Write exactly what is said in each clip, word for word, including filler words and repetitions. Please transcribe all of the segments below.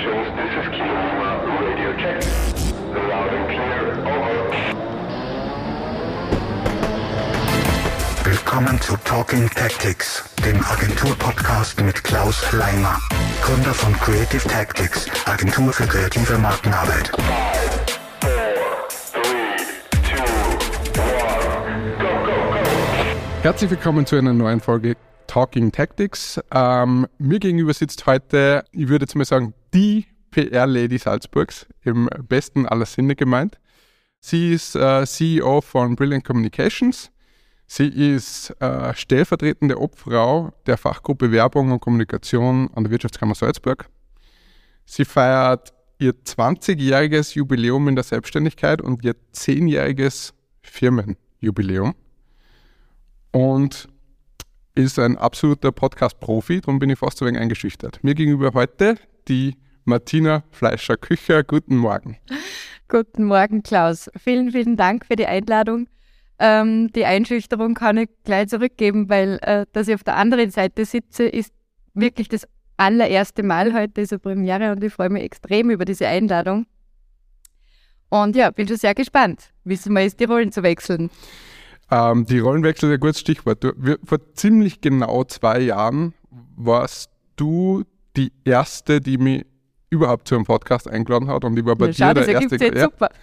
stations, this is Kilo Lima, radio check. Loud and clear, over. Willkommen zu Talking Tactics, dem Agentur-Podcast mit Klaus Leimer, Gründer von Creative Tactics, Agentur für kreative Markenarbeit. Herzlich willkommen zu einer neuen Folge Talking Tactics. Ähm, mir gegenüber sitzt heute, ich würde jetzt mal sagen, die P R-Lady Salzburgs, im besten aller Sinne gemeint. Sie ist äh, C E O von Brilliant Communications. Sie ist äh, stellvertretende Obfrau der Fachgruppe Werbung und Kommunikation an der Wirtschaftskammer Salzburg. Sie feiert ihr zwanzigjähriges Jubiläum in der Selbstständigkeit und ihr zehnjähriges Firmenjubiläum. Und ist ein absoluter Podcast-Profi, darum bin ich fast ein wenig eingeschüchtert. Mir gegenüber heute die Martina Fleischer-Kücher. Guten Morgen. Guten Morgen, Klaus. Vielen, vielen Dank für die Einladung. Ähm, die Einschüchterung kann ich gleich zurückgeben, weil äh, dass ich auf der anderen Seite sitze, ist wirklich das allererste Mal heute, ist eine Premiere und ich freue mich extrem über diese Einladung. Und ja, bin schon sehr gespannt, wie es mal ist, die Rollen zu wechseln. Ähm, die Rollenwechsel ist ein gutes Stichwort. Du, wir, vor ziemlich genau zwei Jahren warst du die Erste, die mich überhaupt zu einem Podcast eingeladen hat und ich war bei ja, dir schau, der das Erste. Jetzt Ja. super.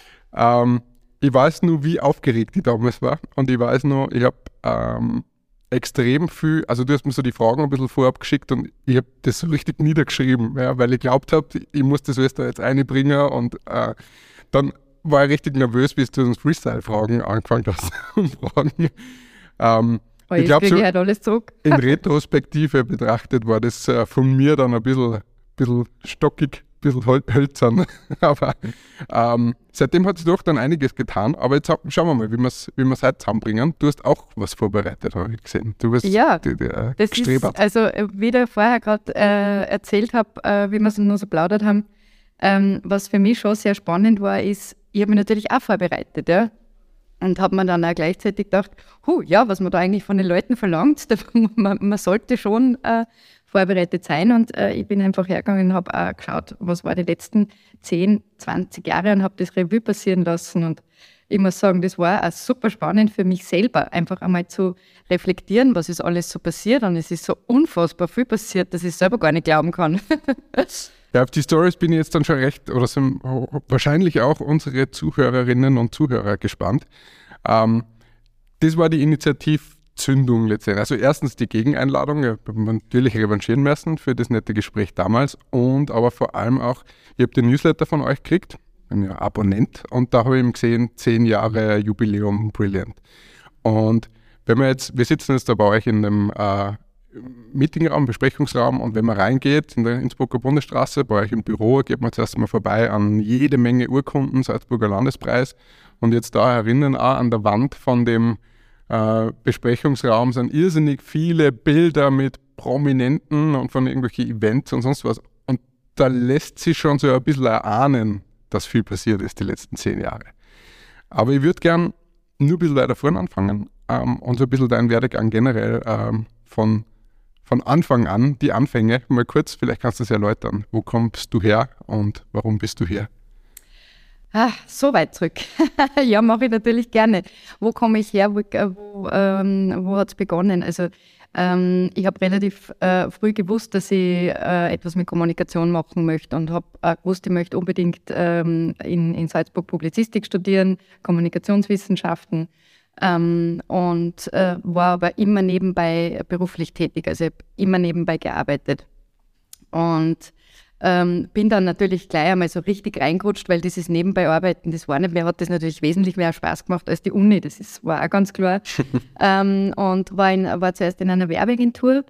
ähm, ich weiß nur, wie aufgeregt ich damals war und ich weiß nur, ich habe ähm, extrem viel, also du hast mir so die Fragen ein bisschen vorab geschickt und ich habe das so richtig niedergeschrieben, ja, weil ich glaubt habe, ich muss das alles da jetzt einbringen und äh, dann war ich richtig nervös, bis du uns Freestyle-Fragen angefangen hast. Fragen. Ähm, Oh, ich glaube, so halt alles zurück. in Retrospektive betrachtet war das äh, von mir dann ein bisschen, bisschen stockig, ein bisschen hol- hölzern. aber ähm, seitdem hat sich doch dann einiges getan. Aber jetzt schauen wir mal, wie wir es wie heute zusammenbringen. Du hast auch was vorbereitet, habe ich gesehen. Du bist Ja, die, die, äh, das ist, gestrebert. also äh, wie ich vorher gerade äh, erzählt habe, äh, wie wir es nur so plaudert haben, ähm, was für mich schon sehr spannend war, ist, ich habe mich natürlich auch vorbereitet, ja. Und habe mir dann auch gleichzeitig gedacht, hu, ja, was man da eigentlich von den Leuten verlangt, da, man, man sollte schon äh, vorbereitet sein. Und äh, ich bin einfach hergegangen und habe auch geschaut, was war die letzten zehn, zwanzig Jahre und habe das Revue passieren lassen. Und ich muss sagen, das war auch super spannend für mich selber, einfach einmal zu reflektieren, was ist alles so passiert. Und es ist so unfassbar viel passiert, dass ich selber gar nicht glauben kann. Ja, auf die Stories bin ich jetzt dann schon recht, oder sind wahrscheinlich auch unsere Zuhörerinnen und Zuhörer gespannt. Ähm, das war die Initiativzündung letztendlich. Also erstens die Gegeneinladung, ich habe natürlich revanchieren müssen für das nette Gespräch damals und aber vor allem auch, ich habe den Newsletter von euch gekriegt, bin ja Abonnent und da habe ich eben gesehen, zehn Jahre Jubiläum, Brilliant. Und wenn wir jetzt, wir sitzen jetzt da bei euch in einem äh, Meetingraum, Besprechungsraum und wenn man reingeht in der Innsbrucker Bundesstraße, bei euch im Büro, geht man zuerst mal vorbei an jede Menge Urkunden, Salzburger Landespreis und jetzt da herinnen auch an der Wand von dem äh, Besprechungsraum sind irrsinnig viele Bilder mit Prominenten und von irgendwelchen Events und sonst was und da lässt sich schon so ein bisschen erahnen, dass viel passiert ist die letzten zehn Jahre. Aber ich würde gern nur ein bisschen weiter vorne anfangen ähm, und so ein bisschen deinen Werdegang generell ähm, von Von Anfang an, die Anfänge, mal kurz, vielleicht kannst du es erläutern. Wo kommst du her und warum bist du hier? Ah, so weit zurück. Ja, mache ich natürlich gerne. Wo komme ich her? Wo, wo, ähm, wo hat es begonnen? Also ähm, ich habe relativ äh, früh gewusst, dass ich äh, etwas mit Kommunikation machen möchte und habe äh, gewusst, ich möchte unbedingt ähm, in, in Salzburg Publizistik studieren, Kommunikationswissenschaften. Ähm, und äh, war aber immer nebenbei beruflich tätig, also ich habe immer nebenbei gearbeitet. Und ähm, bin dann natürlich gleich einmal so richtig reingerutscht, weil dieses Nebenbei-Arbeiten, das war nicht mehr, hat das natürlich wesentlich mehr Spaß gemacht als die Uni, das ist, war auch ganz klar. ähm, und war, in, war zuerst in einer Werbeagentur.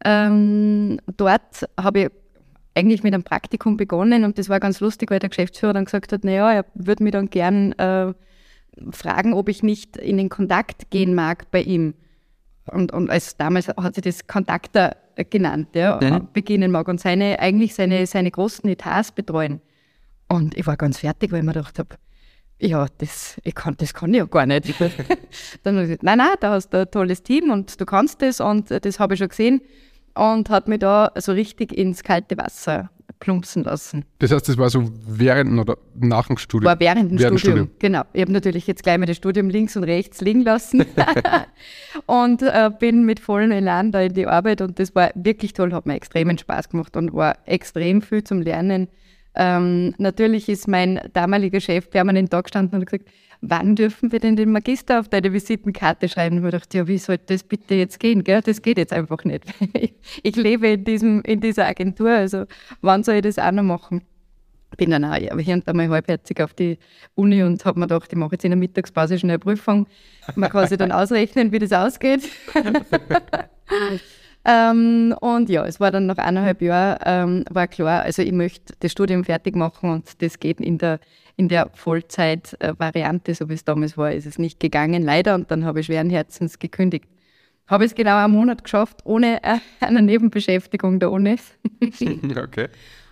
Ähm, dort habe ich eigentlich mit einem Praktikum begonnen und das war ganz lustig, weil der Geschäftsführer dann gesagt hat, naja, er würde mich dann gern äh, fragen, ob ich nicht in den Kontakt gehen mag bei ihm. Und, und als damals hat sie das Kontakter genannt, ja, mhm. beginnen mag und seine, eigentlich seine, seine großen Etats betreuen. Und ich war ganz fertig, weil ich mir gedacht habe, ja, das, ich kann, das kann ich ja gar nicht. Dann habe ich gesagt, nein, nein, da hast du ein tolles Team und du kannst das und das habe ich schon gesehen. Und hat mich da so richtig ins kalte Wasser plumpsen lassen. Das heißt, das war so während oder nach dem Studium? War während dem während Studium, Studium, genau. Ich habe natürlich jetzt gleich mal das Studium links und rechts liegen lassen und äh, bin mit vollem Elan da in die Arbeit und das war wirklich toll, hat mir extremen Spaß gemacht und war extrem viel zum Lernen. Ähm, natürlich ist mein damaliger Chef permanent da gestanden und hat gesagt, wann dürfen wir denn den Magister auf deine Visitenkarte schreiben? Und ich dachte, ja, wie soll das bitte jetzt gehen? Gell? Das geht jetzt einfach nicht. Ich, ich lebe in, diesem, in dieser Agentur, also wann soll ich das auch noch machen? Bin dann auch ja, hier und da mal halbherzig auf die Uni und habe mir gedacht, ich mache jetzt in der Mittagspause schnell eine Prüfung. Man kann sich dann ausrechnen, wie das ausgeht. Ähm, und ja, es war dann nach eineinhalb Jahren, ähm, war klar, also ich möchte das Studium fertig machen und das geht in der, in der Vollzeit-Variante, so wie es damals war, ist es nicht gegangen, leider. Und dann habe ich schweren Herzens gekündigt. Habe es genau einen Monat geschafft, ohne äh, eine Nebenbeschäftigung da ohne. Okay.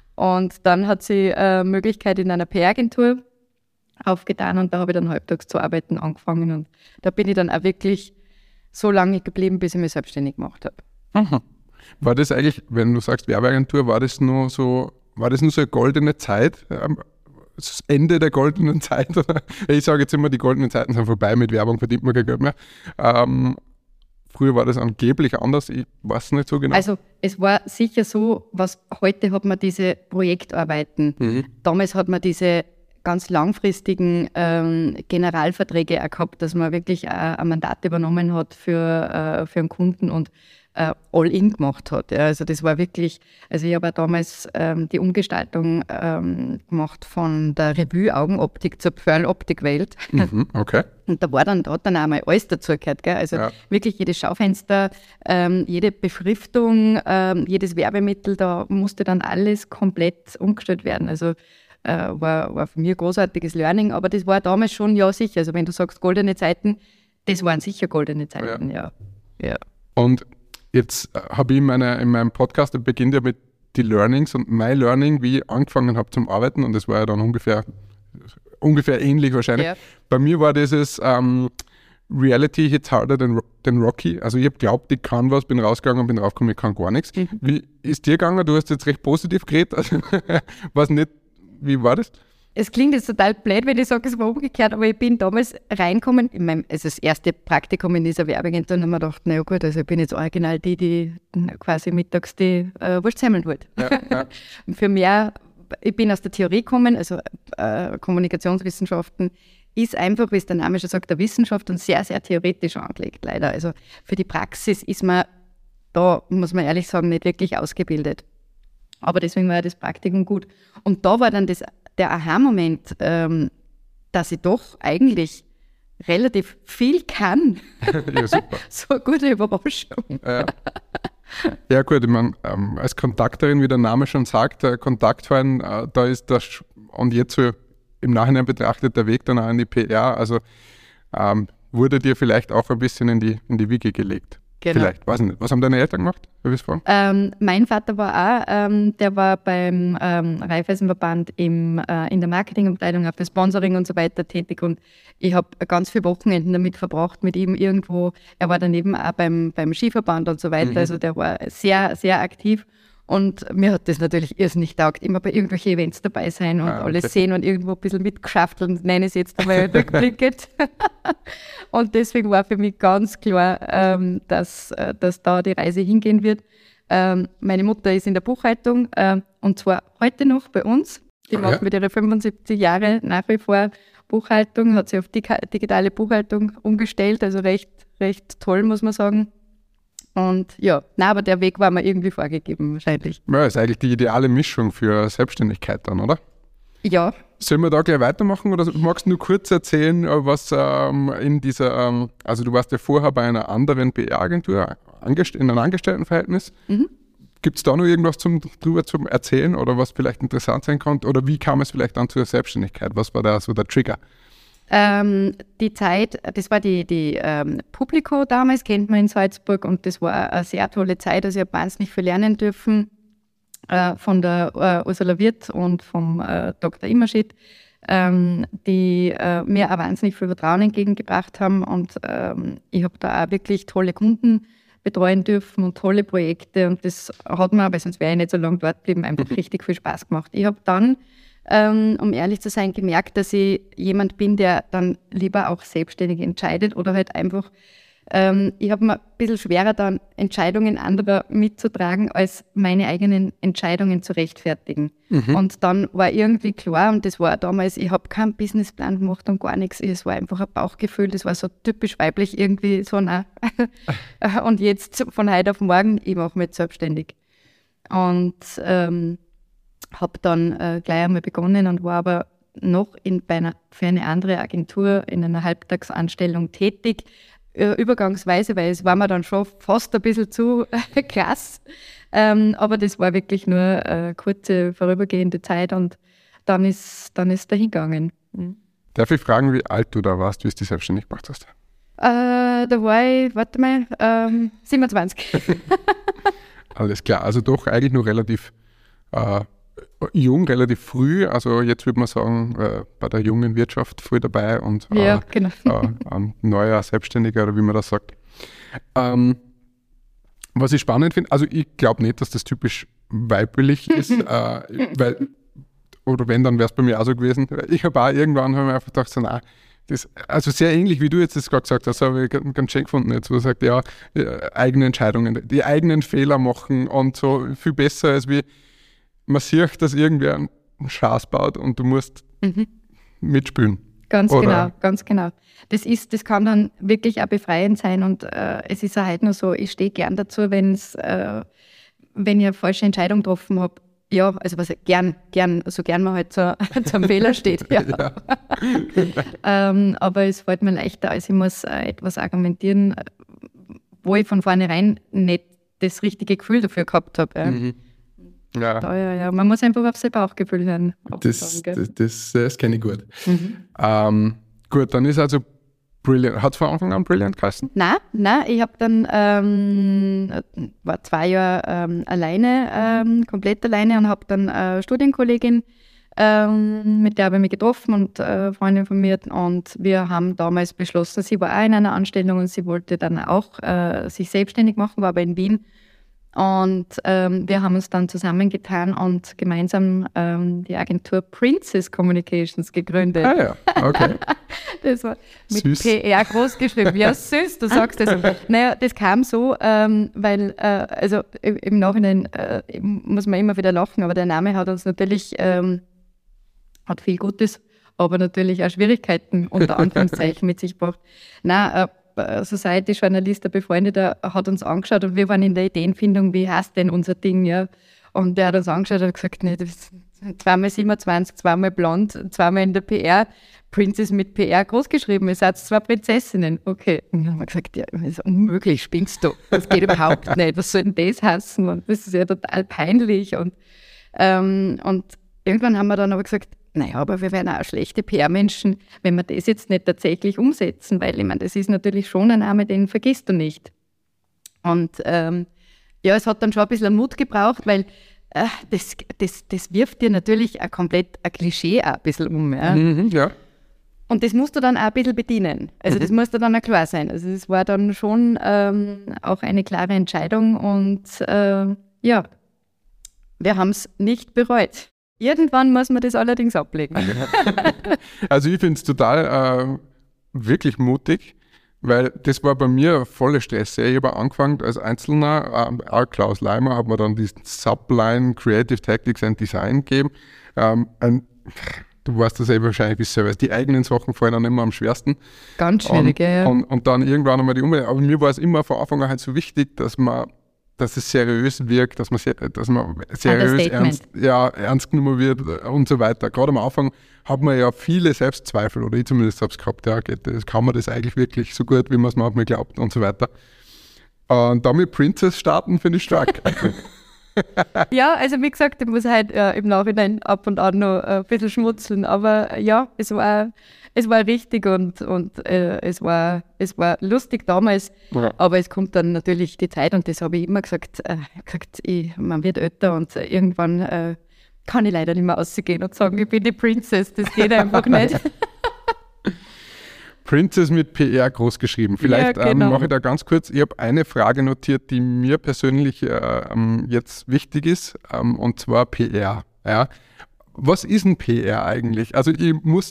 Und dann hat sie äh, Möglichkeit in einer P R-Agentur aufgetan und da habe ich dann halbtags zu arbeiten angefangen. Und da bin ich dann auch wirklich so lange geblieben, bis ich mich selbstständig gemacht habe. Aha. War das eigentlich, wenn du sagst Werbeagentur, war das nur so, war das nur so eine goldene Zeit, ähm, das Ende der goldenen Zeit? Oder? Ich sage jetzt immer, die goldenen Zeiten sind vorbei, mit Werbung verdient man kein Geld mehr. Ähm, früher war das angeblich anders, ich weiß nicht so genau. Also es war sicher so, was heute hat man diese Projektarbeiten, Mhm. damals hat man diese ganz langfristigen ähm, Generalverträge auch gehabt, dass man wirklich äh, ein Mandat übernommen hat für, äh, für einen Kunden und äh, All-in gemacht hat. Ja. Also das war wirklich, also ich habe auch damals ähm, die Umgestaltung ähm, gemacht von der Revue Augenoptik zur Pearl-Optik-Welt. Mhm, okay. Und da war dann, da hat dann auch mal alles dazugehört, gell? Also Ja. wirklich jedes Schaufenster, ähm, jede Beschriftung, ähm, jedes Werbemittel, da musste dann alles komplett umgestellt werden. Also äh, war, war für mich ein großartiges Learning, aber das war damals schon, ja sicher. Also wenn du sagst goldene Zeiten, das waren sicher goldene Zeiten, ja. ja. Und jetzt äh, habe ich in, meiner, in meinem Podcast, der beginnt ja mit die Learnings und mein Learning, wie ich angefangen habe zum Arbeiten und das war ja dann ungefähr, ungefähr ähnlich wahrscheinlich. Ja. Bei mir war dieses ähm, Reality hits harder than, than Rocky. Also ich habe geglaubt, ich kann was, bin rausgegangen und bin draufgekommen, ich kann gar nichts. Mhm. Wie ist dir gegangen? Du hast jetzt recht positiv geredet. Also, was nicht, wie war das? Es klingt jetzt total blöd, wenn ich sage, es war umgekehrt, aber ich bin damals reingekommen, in meinem, also das erste Praktikum in dieser Werbeagentur, und habe mir gedacht, na ja gut, also ich bin jetzt original die, die quasi mittags die äh, Wurst semmeln wollte. Ja, ja. Für mehr, ich bin aus der Theorie gekommen, also äh, Kommunikationswissenschaften ist einfach, wie es der Name schon sagt, der Wissenschaft und sehr, sehr theoretisch angelegt, leider. Also für die Praxis ist man da, muss man ehrlich sagen, nicht wirklich ausgebildet. Aber deswegen war ja das Praktikum gut. Und da war dann das, der Aha-Moment, ähm, dass ich doch eigentlich relativ viel kann. Ja, super. So eine gute Überraschung. Ja. Ja gut, ich meine, ähm, als Kontakterin, wie der Name schon sagt, äh, Kontaktverein, äh, da ist das, und jetzt so im Nachhinein betrachtet, der Weg dann auch in die P R, also ähm, wurde dir vielleicht auch ein bisschen in die, in die Wiege gelegt. Genau. Vielleicht, weiß ich nicht. Was haben deine Eltern gemacht? Darf ich fragen? Ähm, mein Vater war auch, ähm, der war beim ähm, Raiffeisenverband im, äh, in der Marketingabteilung, auch für Sponsoring und so weiter tätig und ich habe ganz viele Wochenenden damit verbracht, mit ihm irgendwo, er war daneben auch beim, beim Skiverband und so weiter, Mhm. also der war sehr, sehr aktiv und mir hat das natürlich irrsinnig taugt, immer bei irgendwelchen Events dabei sein und Ah, okay. alles sehen und irgendwo ein bisschen mitgeschafteln, nenne ich es jetzt einmal rückblickend. Und deswegen war für mich ganz klar, ähm, dass, äh, dass da die Reise hingehen wird. Ähm, meine Mutter ist in der Buchhaltung äh, und zwar heute noch bei uns. Die Ah, macht ja? mit ihren fünfundsiebzig Jahren nach wie vor Buchhaltung, hat sie auf die digitale Buchhaltung umgestellt, also recht, recht toll, muss man sagen. Und ja, na, aber der Weg war mir irgendwie vorgegeben, wahrscheinlich. Ja, ist eigentlich die ideale Mischung für Selbstständigkeit dann, oder? Ja, Sollen wir da gleich weitermachen oder magst du nur kurz erzählen, äh, was ähm, in dieser, ähm, also du warst ja vorher bei einer anderen P R-Agentur angest- in einem Angestelltenverhältnis. Mhm. Gibt es da noch irgendwas zum, drüber zum Erzählen oder was vielleicht interessant sein kann? Oder wie kam es vielleicht dann zur Selbstständigkeit? Was war da so der Trigger? Ähm, die Zeit, das war die, die ähm, Publico damals, kennt man in Salzburg und das war eine sehr tolle Zeit, also ich habe wahnsinnig viel lernen dürfen äh, von der äh, Ursula Wirth und vom äh, Doktor Immerschied, ähm, die äh, mir auch wahnsinnig viel Vertrauen entgegengebracht haben und ähm, ich habe da auch wirklich tolle Kunden betreuen dürfen und tolle Projekte. Und das hat mir, weil sonst wäre ich nicht so lange dort geblieben, einfach richtig viel Spaß gemacht. Ich habe dann, ähm, um ehrlich zu sein, gemerkt, dass ich jemand bin, der dann lieber auch selbstständig entscheidet oder halt einfach, ähm, ich habe mir ein bisschen schwerer dann Entscheidungen anderer mitzutragen, als meine eigenen Entscheidungen zu rechtfertigen. Mhm. Und dann war irgendwie klar, und das war damals, ich habe keinen Businessplan gemacht und gar nichts, es war einfach ein Bauchgefühl, das war so typisch weiblich irgendwie so, na. Und jetzt von heute auf morgen, ich mache mich jetzt selbstständig. Und ähm, habe dann äh, gleich einmal begonnen und war aber noch in, bei einer, für eine andere Agentur in einer Halbtagsanstellung tätig, übergangsweise, weil es war mir dann schon fast ein bisschen zu äh, krass. Ähm, aber das war wirklich nur eine kurze, vorübergehende Zeit und dann ist dann ist dahin gegangen. Mhm. Darf ich fragen, wie alt du da warst, wie du dich selbstständig gemacht hast? Äh, da war ich, warte mal, ähm, siebenundzwanzig. Alles klar, also doch eigentlich nur relativ äh, jung, relativ früh, also jetzt würde man sagen, äh, bei der jungen Wirtschaft früh dabei und äh, ja, genau. äh, ein neuer Selbstständiger oder wie man das sagt. Ähm, was ich spannend finde, also ich glaube nicht, dass das typisch weiblich ist, äh, weil, oder wenn, dann wäre es bei mir auch so gewesen. Ich habe auch irgendwann hab ich mir einfach gedacht, so, nein, das, also sehr ähnlich, wie du jetzt das gerade gesagt hast, habe ich ganz schön gefunden jetzt, wo du sagst, ja, eigene Entscheidungen, die eigenen Fehler machen und so viel besser als wie man sieht, dass irgendwer einen Schaß baut und du musst mhm. mitspielen. Ganz Oder? genau, ganz genau. Das ist, das kann dann wirklich auch befreiend sein und äh, es ist auch heute noch so, ich stehe gern dazu, wenn's, äh, wenn ich eine falsche Entscheidung getroffen habe. Ja, also was gern, gern, so gern man halt zu, zum Fehler steht. Ja. Ja. ähm, aber es fällt mir leichter, als ich muss äh, etwas argumentieren, wo ich von vornherein nicht das richtige Gefühl dafür gehabt habe. Ja. Mhm. Ja. Da, ja, ja. Man muss einfach auf sein Bauchgefühl hören. Das, das, das, das kenne ich gut. Mhm. Ähm, gut, dann ist also Brilliant. Hat es von Anfang an Brilliant geheißen? Nein, nein, ich habe dann, ähm, war zwei Jahre ähm, alleine, ähm, komplett alleine und habe dann eine Studienkollegin, ähm, mit der habe ich mich getroffen und äh, Freundin von mir. Und wir haben damals beschlossen, sie war auch in einer Anstellung und sie wollte dann auch äh, sich selbstständig machen, war aber in Wien. Und ähm, wir haben uns dann zusammengetan und gemeinsam ähm, die Agentur Princess Communications gegründet. Ah ja, okay. Das war mit süß. P R groß geschrieben. Ja, süß, du sagst das. Naja, das kam so, ähm, weil, äh, also im, im Nachhinein äh, muss man immer wieder lachen, aber der Name hat uns natürlich, ähm, hat viel Gutes, aber natürlich auch Schwierigkeiten unter Anführungszeichen mit sich gebracht. Nein, äh, Society-Journalist, der Befreundete, hat uns angeschaut und wir waren in der Ideenfindung, wie heißt denn unser Ding, ja. Und der hat uns angeschaut und gesagt, nee, das ist zweimal siebenundzwanzig, zweimal blond, zweimal in der P R, Princess mit P R großgeschrieben, ihr seid zwei Prinzessinnen. Okay. Und dann haben wir gesagt, ja, das ist unmöglich, spinnst du, das geht überhaupt nicht, was soll denn das heißen? Und das ist ja total peinlich. Und, ähm, und irgendwann haben wir dann aber gesagt, naja, aber wir wären auch schlechte P R-Menschen, wenn wir das jetzt nicht tatsächlich umsetzen, weil ich meine, das ist natürlich schon ein Name, den vergisst du nicht. Und ähm, ja, es hat dann schon ein bisschen Mut gebraucht, weil äh, das, das, das wirft dir natürlich ein komplett ein Klischee auch ein bisschen um. Ja. Mhm, ja. Und das musst du dann auch ein bisschen bedienen. Also mhm. das muss dir dann auch klar sein. Also es war dann schon ähm, auch eine klare Entscheidung und äh, ja, wir haben es nicht bereut. Irgendwann muss man das allerdings ablegen. Also ich finde es total äh, wirklich mutig, weil das war bei mir volle Stress. Ich habe angefangen als Einzelner, äh, auch Klaus Leimer hat mir dann diesen Subline Creative Tactics and Design gegeben. Ähm, ein, du weißt das eh wahrscheinlich bis selber, die eigenen Sachen fallen dann immer am schwersten. Ganz schwierig, und, ja. Und, und dann irgendwann einmal die Umwelt. Aber mir war es immer von Anfang an halt so wichtig, dass man dass es seriös wirkt, dass man, sehr, dass man seriös ernst, ja, ernst genommen wird und so weiter. Gerade am Anfang hat man ja viele Selbstzweifel, oder ich zumindest habe es gehabt, ja, geht, kann man das eigentlich wirklich so gut, wie man es manchmal glaubt und so weiter. Und dann mit Princess starten, finde ich stark. Ja, also wie gesagt, ich muss halt äh, im Nachhinein ab und an noch äh, ein bisschen schmutzeln, aber äh, ja, es war, es war richtig und, und äh, es, war, es war lustig damals, ja. Aber es kommt dann natürlich die Zeit und das habe ich immer gesagt, äh, gesagt ich, man wird älter und äh, irgendwann äh, kann ich leider nicht mehr rausgehen und sagen, ich bin die Princess, das geht einfach nicht. Princess mit P R groß geschrieben. Vielleicht Ja, genau. ähm, mache ich da ganz kurz. Ich habe eine Frage notiert, die mir persönlich äh, ähm, jetzt wichtig ist, ähm, und zwar P R. Ja? Was ist ein P R eigentlich? Also ich muss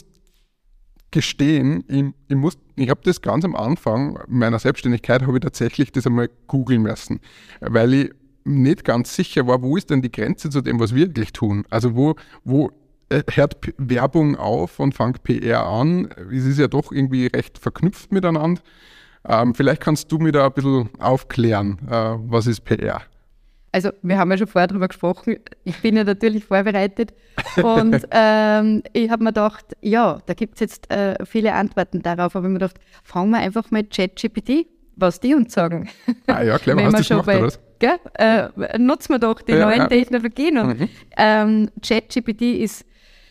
gestehen, ich, ich, muss- ich habe das ganz am Anfang meiner Selbstständigkeit, habe ich tatsächlich das einmal googeln müssen, weil ich nicht ganz sicher war, wo ist denn die Grenze zu dem, was wir wirklich tun? Also wo, wo äh, hört P- Werbung auf und fängt P R an? Es ist ja doch irgendwie recht verknüpft miteinander. Ähm, vielleicht kannst du mir da ein bisschen aufklären, äh, was ist P R? Also wir haben ja schon vorher darüber gesprochen, ich bin ja natürlich vorbereitet und ähm, ich habe mir gedacht, ja, da gibt es jetzt äh, viele Antworten darauf, aber ich habe mir gedacht, fragen wir einfach mal ChatGPT, was die uns sagen. Ah ja, clever, Wenn hast wir du das schon gemacht, bei- oder was? Gell, äh, nutzen wir doch die Ja, neuen ja. Technologien und Mhm. ähm, ChatGPT ist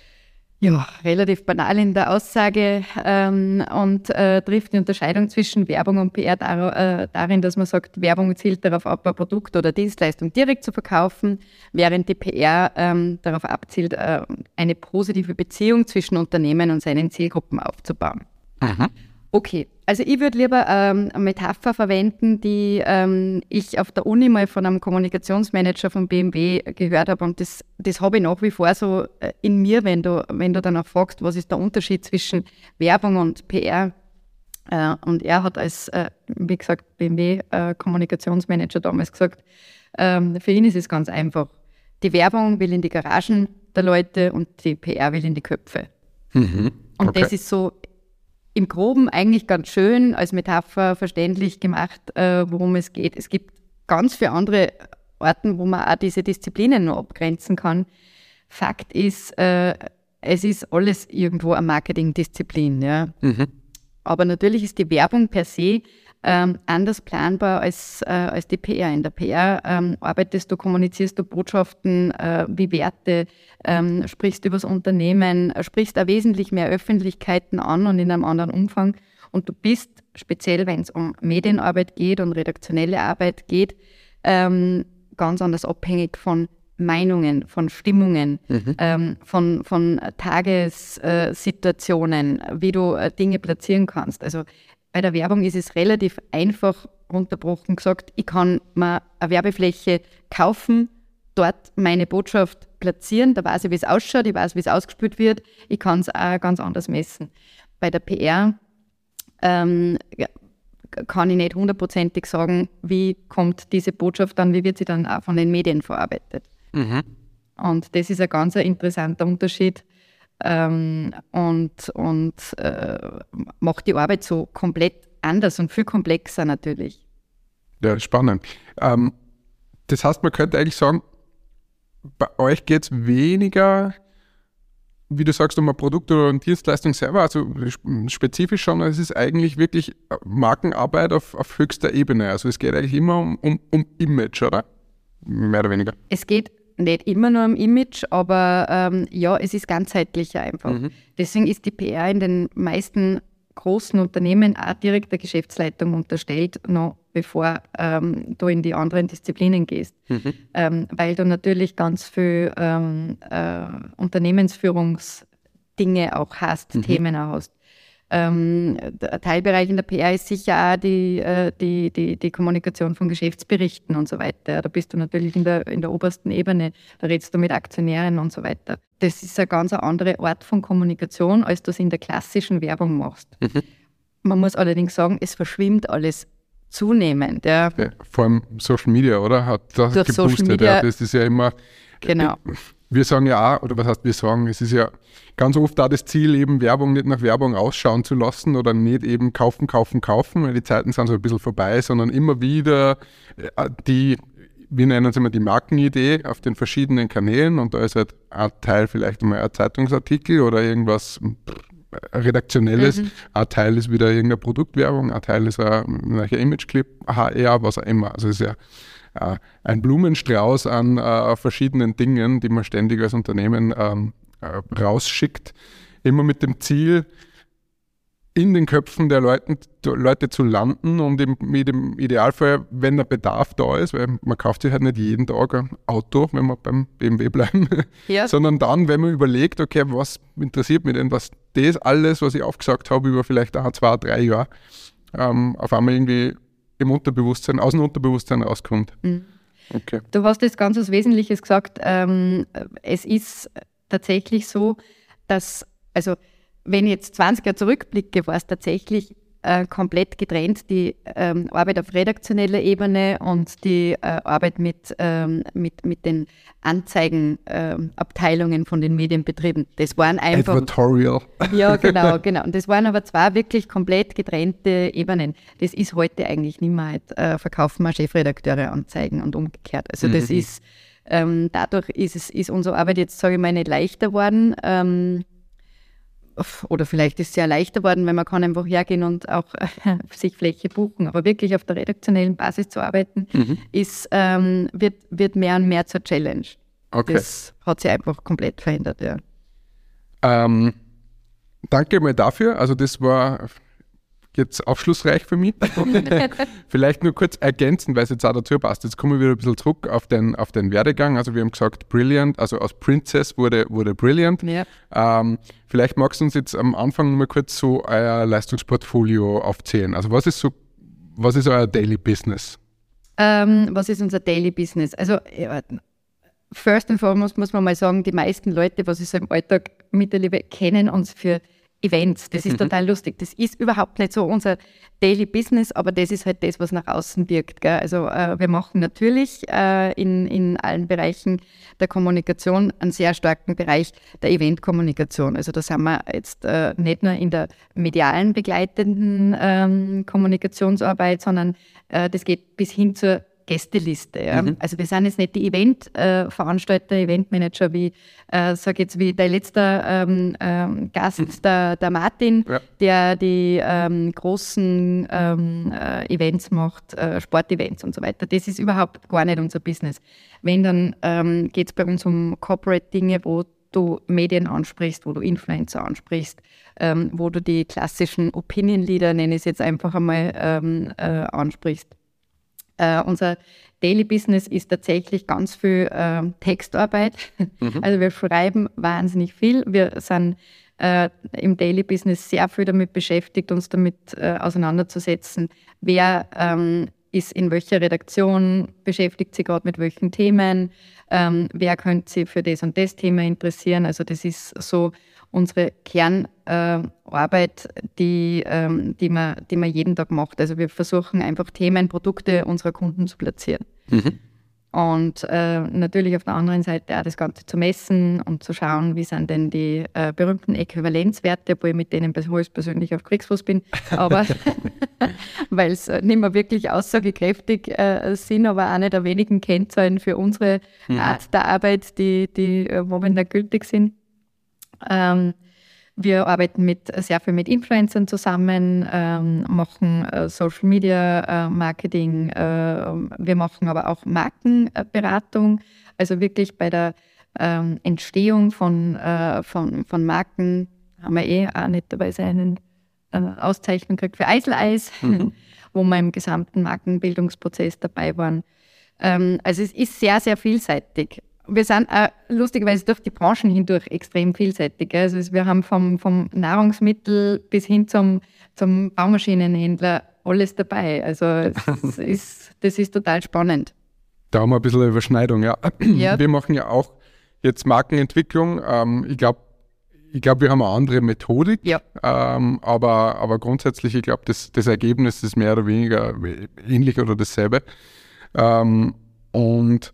ja, relativ banal in der Aussage ähm, und äh, trifft die Unterscheidung zwischen Werbung und P R dar äh, darin, dass man sagt, Werbung zielt darauf ab, ein Produkt oder Dienstleistung direkt zu verkaufen, während die P R ähm, darauf abzielt, äh, eine positive Beziehung zwischen Unternehmen und seinen Zielgruppen aufzubauen. Okay, also ich würde lieber ähm, eine Metapher verwenden, die ähm, ich auf der Uni mal von einem Kommunikationsmanager von B M W gehört habe und das, das habe ich nach wie vor so äh, in mir, wenn du, wenn du danach fragst, was ist der Unterschied zwischen Werbung und P R. Äh, und er hat als, äh, wie gesagt, B M W-Kommunikationsmanager damals gesagt, ähm, für ihn ist es ganz einfach. Die Werbung will in die Garagen der Leute und die P R will in die Köpfe. Und Okay. das ist so im Groben eigentlich ganz schön als Metapher verständlich gemacht, äh, worum es geht. Es gibt ganz viele andere Orten, wo man auch diese Disziplinen noch abgrenzen kann. Fakt ist, äh, es ist alles irgendwo eine Marketingdisziplin. Ja. Aber natürlich ist die Werbung per se ähm, anders planbar als, äh, als die P R. In der P R ähm, arbeitest du, kommunizierst du Botschaften äh, wie Werte, ähm, sprichst über das Unternehmen, äh, sprichst auch wesentlich mehr Öffentlichkeiten an und in einem anderen Umfang. Und du bist, speziell wenn es um Medienarbeit geht und redaktionelle Arbeit geht, ähm, ganz anders abhängig von Meinungen, von Stimmungen, ähm, von, von Tagessituationen, wie du äh, Dinge platzieren kannst. Also bei der Werbung ist es relativ einfach runterbrochen gesagt, ich kann mir eine Werbefläche kaufen, dort meine Botschaft platzieren, da weiß ich, wie es ausschaut, ich weiß, wie es ausgespielt wird, ich kann es auch ganz anders messen. Bei der P R ähm, ja, kann ich nicht hundertprozentig sagen, wie kommt diese Botschaft dann, wie wird sie dann auch von den Medien verarbeitet. Und das ist ein ganz ein interessanter Unterschied ähm, und, und äh, macht die Arbeit so komplett anders und viel komplexer natürlich. Ja, spannend. Ähm, das heißt, man könnte eigentlich sagen, bei euch geht es weniger, wie du sagst, um ein Produkt oder eine Dienstleistung selber, also spezifisch schon, es ist eigentlich wirklich Markenarbeit auf, auf höchster Ebene. Also es geht eigentlich immer um, um, um Image, oder? Mehr oder weniger. Es geht nicht immer nur um Image, aber ähm, ja, es ist ganzheitlicher einfach. Deswegen ist die P R in den meisten großen Unternehmen auch direkt der Geschäftsleitung unterstellt, noch bevor ähm, du in die anderen Disziplinen gehst. Ähm, weil du natürlich ganz viel ähm, äh, Unternehmensführungsdinge auch hast, Themen auch hast. Ähm, der Teilbereich in der P R ist sicher auch die, äh, die, die, die Kommunikation von Geschäftsberichten und so weiter. Da bist du natürlich in der, in der obersten Ebene, da redest du mit Aktionären und so weiter. Das ist eine ganz andere Art von Kommunikation, als du es in der klassischen Werbung machst. Man muss allerdings sagen, es verschwimmt alles zunehmend. Ja. Ja, vor allem Social Media, oder? Hat das Durch Social geboostet. Media. Ja, das ist ja immer. Genau. Wir sagen ja auch, oder was heißt wir sagen, es ist ja ganz oft da das Ziel, eben Werbung nicht nach Werbung ausschauen zu lassen oder nicht eben kaufen, kaufen, kaufen, weil die Zeiten sind so ein bisschen vorbei, sondern immer wieder äh, die, wir nennen es immer die Markenidee auf den verschiedenen Kanälen und da ist halt ein Teil vielleicht mal ein Zeitungsartikel oder irgendwas Redaktionelles, ein Teil ist wieder irgendeine Produktwerbung, ein Teil ist ein, ein Imageclip, H R, was auch immer. Also es ist ja äh, ein Blumenstrauß an äh, verschiedenen Dingen, die man ständig als Unternehmen ähm, äh, rausschickt. Immer mit dem Ziel, in den Köpfen der Leuten, Leute zu landen und im, mit dem Idealfall, wenn der Bedarf da ist, weil man kauft sich halt nicht jeden Tag ein Auto, wenn wir beim B M W bleiben, ja. sondern dann, wenn man überlegt, okay, was interessiert mich denn, was das alles, was ich aufgesagt habe über vielleicht ein, zwei, drei Jahre, ähm, auf einmal irgendwie im Unterbewusstsein, aus dem Unterbewusstsein rauskommt. Mhm. Okay. Du hast jetzt ganz was Wesentliches gesagt. Ähm, es ist tatsächlich so, dass, also wenn ich jetzt zwanzig Jahre zurückblicke, war es tatsächlich äh, komplett getrennt, die ähm, Arbeit auf redaktioneller Ebene und die äh, Arbeit mit, ähm, mit, mit den Anzeigenabteilungen ähm, von den Medienbetrieben. Das waren einfach... Advertorial. Ja, genau, genau. Und das waren aber zwei wirklich komplett getrennte Ebenen. Das ist heute eigentlich nicht mehr. Halt, äh, verkaufen wir Chefredakteure Anzeigen und umgekehrt. Also das mhm. ist... Ähm, dadurch ist, es, ist unsere Arbeit jetzt, sage ich mal, nicht leichter geworden. Ähm, oder vielleicht ist es ja leichter geworden, weil man kann einfach hergehen und auch äh, sich Fläche buchen. Aber wirklich auf der redaktionellen Basis zu arbeiten, mhm. ist, ähm, wird, wird mehr und mehr zur Challenge. Okay. Das hat sich einfach komplett verändert, ja. Ähm, danke mal dafür. Also das war jetzt aufschlussreich für mich. Vielleicht nur kurz ergänzen, weil es jetzt auch dazu passt. Jetzt kommen wir wieder ein bisschen zurück auf den, auf den Werdegang. Also wir haben gesagt, Brilliant, also aus Princess wurde, wurde Brilliant. Ja. Ähm, vielleicht magst du uns jetzt am Anfang mal kurz so euer Leistungsportfolio aufzählen. Also was ist so, was ist euer Daily Business? Ähm, was ist unser Daily Business? Also ja, first and foremost muss man mal sagen, die meisten Leute, was ich so im Alltag miterlebe, kennen uns für Events. Das ist mhm. total lustig. Das ist überhaupt nicht so unser Daily Business, aber das ist halt das, was nach außen wirkt. Gell? Also äh, wir machen natürlich äh, in, in allen Bereichen der Kommunikation einen sehr starken Bereich der Eventkommunikation. Also da sind wir jetzt äh, nicht nur in der medialen begleitenden ähm, Kommunikationsarbeit, sondern äh, das geht bis hin zur Gästeliste. Ja. Mhm. Also wir sind jetzt nicht die Eventveranstalter, äh, Eventmanager, wie, äh, sag jetzt, wie dein letzter ähm, ähm, Gast, mhm. der, der Martin, ja. der die ähm, großen ähm, äh, Events macht, äh, Sportevents und so weiter. Das ist überhaupt gar nicht unser Business. Wenn, dann ähm, geht es bei uns um Corporate-Dinge, wo du Medien ansprichst, wo du Influencer ansprichst, ähm, wo du die klassischen Opinion-Leader, nenne ich es jetzt einfach einmal, ähm, äh, ansprichst. Uh, unser Daily Business ist tatsächlich ganz viel uh, Textarbeit. Mhm. Also wir schreiben wahnsinnig viel. Wir sind uh, im Daily Business sehr viel damit beschäftigt, uns damit uh, auseinanderzusetzen. Wer um, ist in welcher Redaktion, beschäftigt sich gerade mit welchen Themen, um, wer könnte sich für das und das Thema interessieren. Also das ist so unsere Kernarbeit, äh, die, ähm, die, man, die man jeden Tag macht. Also wir versuchen einfach Themen, Produkte unserer Kunden zu platzieren. Mhm. Und äh, natürlich auf der anderen Seite auch das Ganze zu messen und zu schauen, wie sind denn die äh, berühmten Äquivalenzwerte, obwohl ich mit denen persönlich auf Kriegsfuß bin, aber weil es nicht mehr wirklich aussagekräftig äh, sind, aber eine der wenigen Kennzahlen für unsere mhm. Art der Arbeit, die, die äh, momentan gültig sind. Ähm, wir arbeiten mit, sehr viel mit Influencern zusammen, ähm, machen äh, Social Media äh, Marketing, äh, wir machen aber auch Markenberatung, also wirklich bei der ähm, Entstehung von, äh, von, von Marken haben wir eh auch netterweise eine äh, Auszeichnung gekriegt für Eiseleis, mhm. wo wir im gesamten Markenbildungsprozess dabei waren. Ähm, also es ist sehr, sehr vielseitig. Wir sind auch lustigerweise durch die Branchen hindurch extrem vielseitig. Also wir haben vom, vom Nahrungsmittel bis hin zum, zum Baumaschinenhändler alles dabei. Also es ist, das ist total spannend. Da haben wir ein bisschen Überschneidung, ja. ja. Wir machen ja auch jetzt Markenentwicklung. Ähm, ich glaube, ich glaub, wir haben eine andere Methodik, ja. ähm, aber, aber grundsätzlich, ich glaube, das, das Ergebnis ist mehr oder weniger ähnlich oder dasselbe. Ähm, und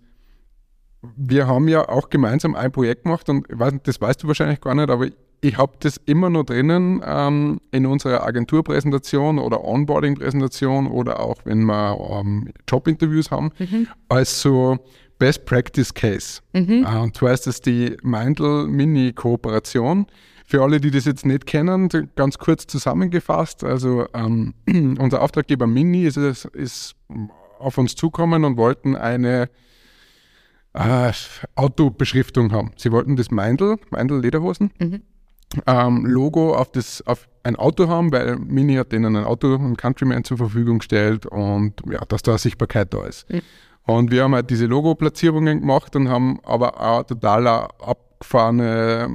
wir haben ja auch gemeinsam ein Projekt gemacht und ich weiß nicht, das weißt du wahrscheinlich gar nicht, aber ich habe das immer noch drinnen ähm, in unserer Agenturpräsentation oder Onboarding-Präsentation oder auch wenn wir ähm, Jobinterviews haben, mhm. als so Best Practice Case. Mhm. Äh, und zwar ist das die Meindl-Mini-Kooperation. Für alle, die das jetzt nicht kennen, ganz kurz zusammengefasst, also ähm, unser Auftraggeber Mini ist, ist auf uns zukommen und wollten eine Äh, Autobeschriftung haben. Sie wollten das Meindl, Meindl Lederhosen, mhm. ähm, Logo auf, das, auf ein Auto haben, weil Mini hat denen ein Auto, ein Countryman zur Verfügung gestellt und ja, dass da Sichtbarkeit da ist. Mhm. Und wir haben halt diese Logo-Platzierungen gemacht und haben aber auch total abgefahrene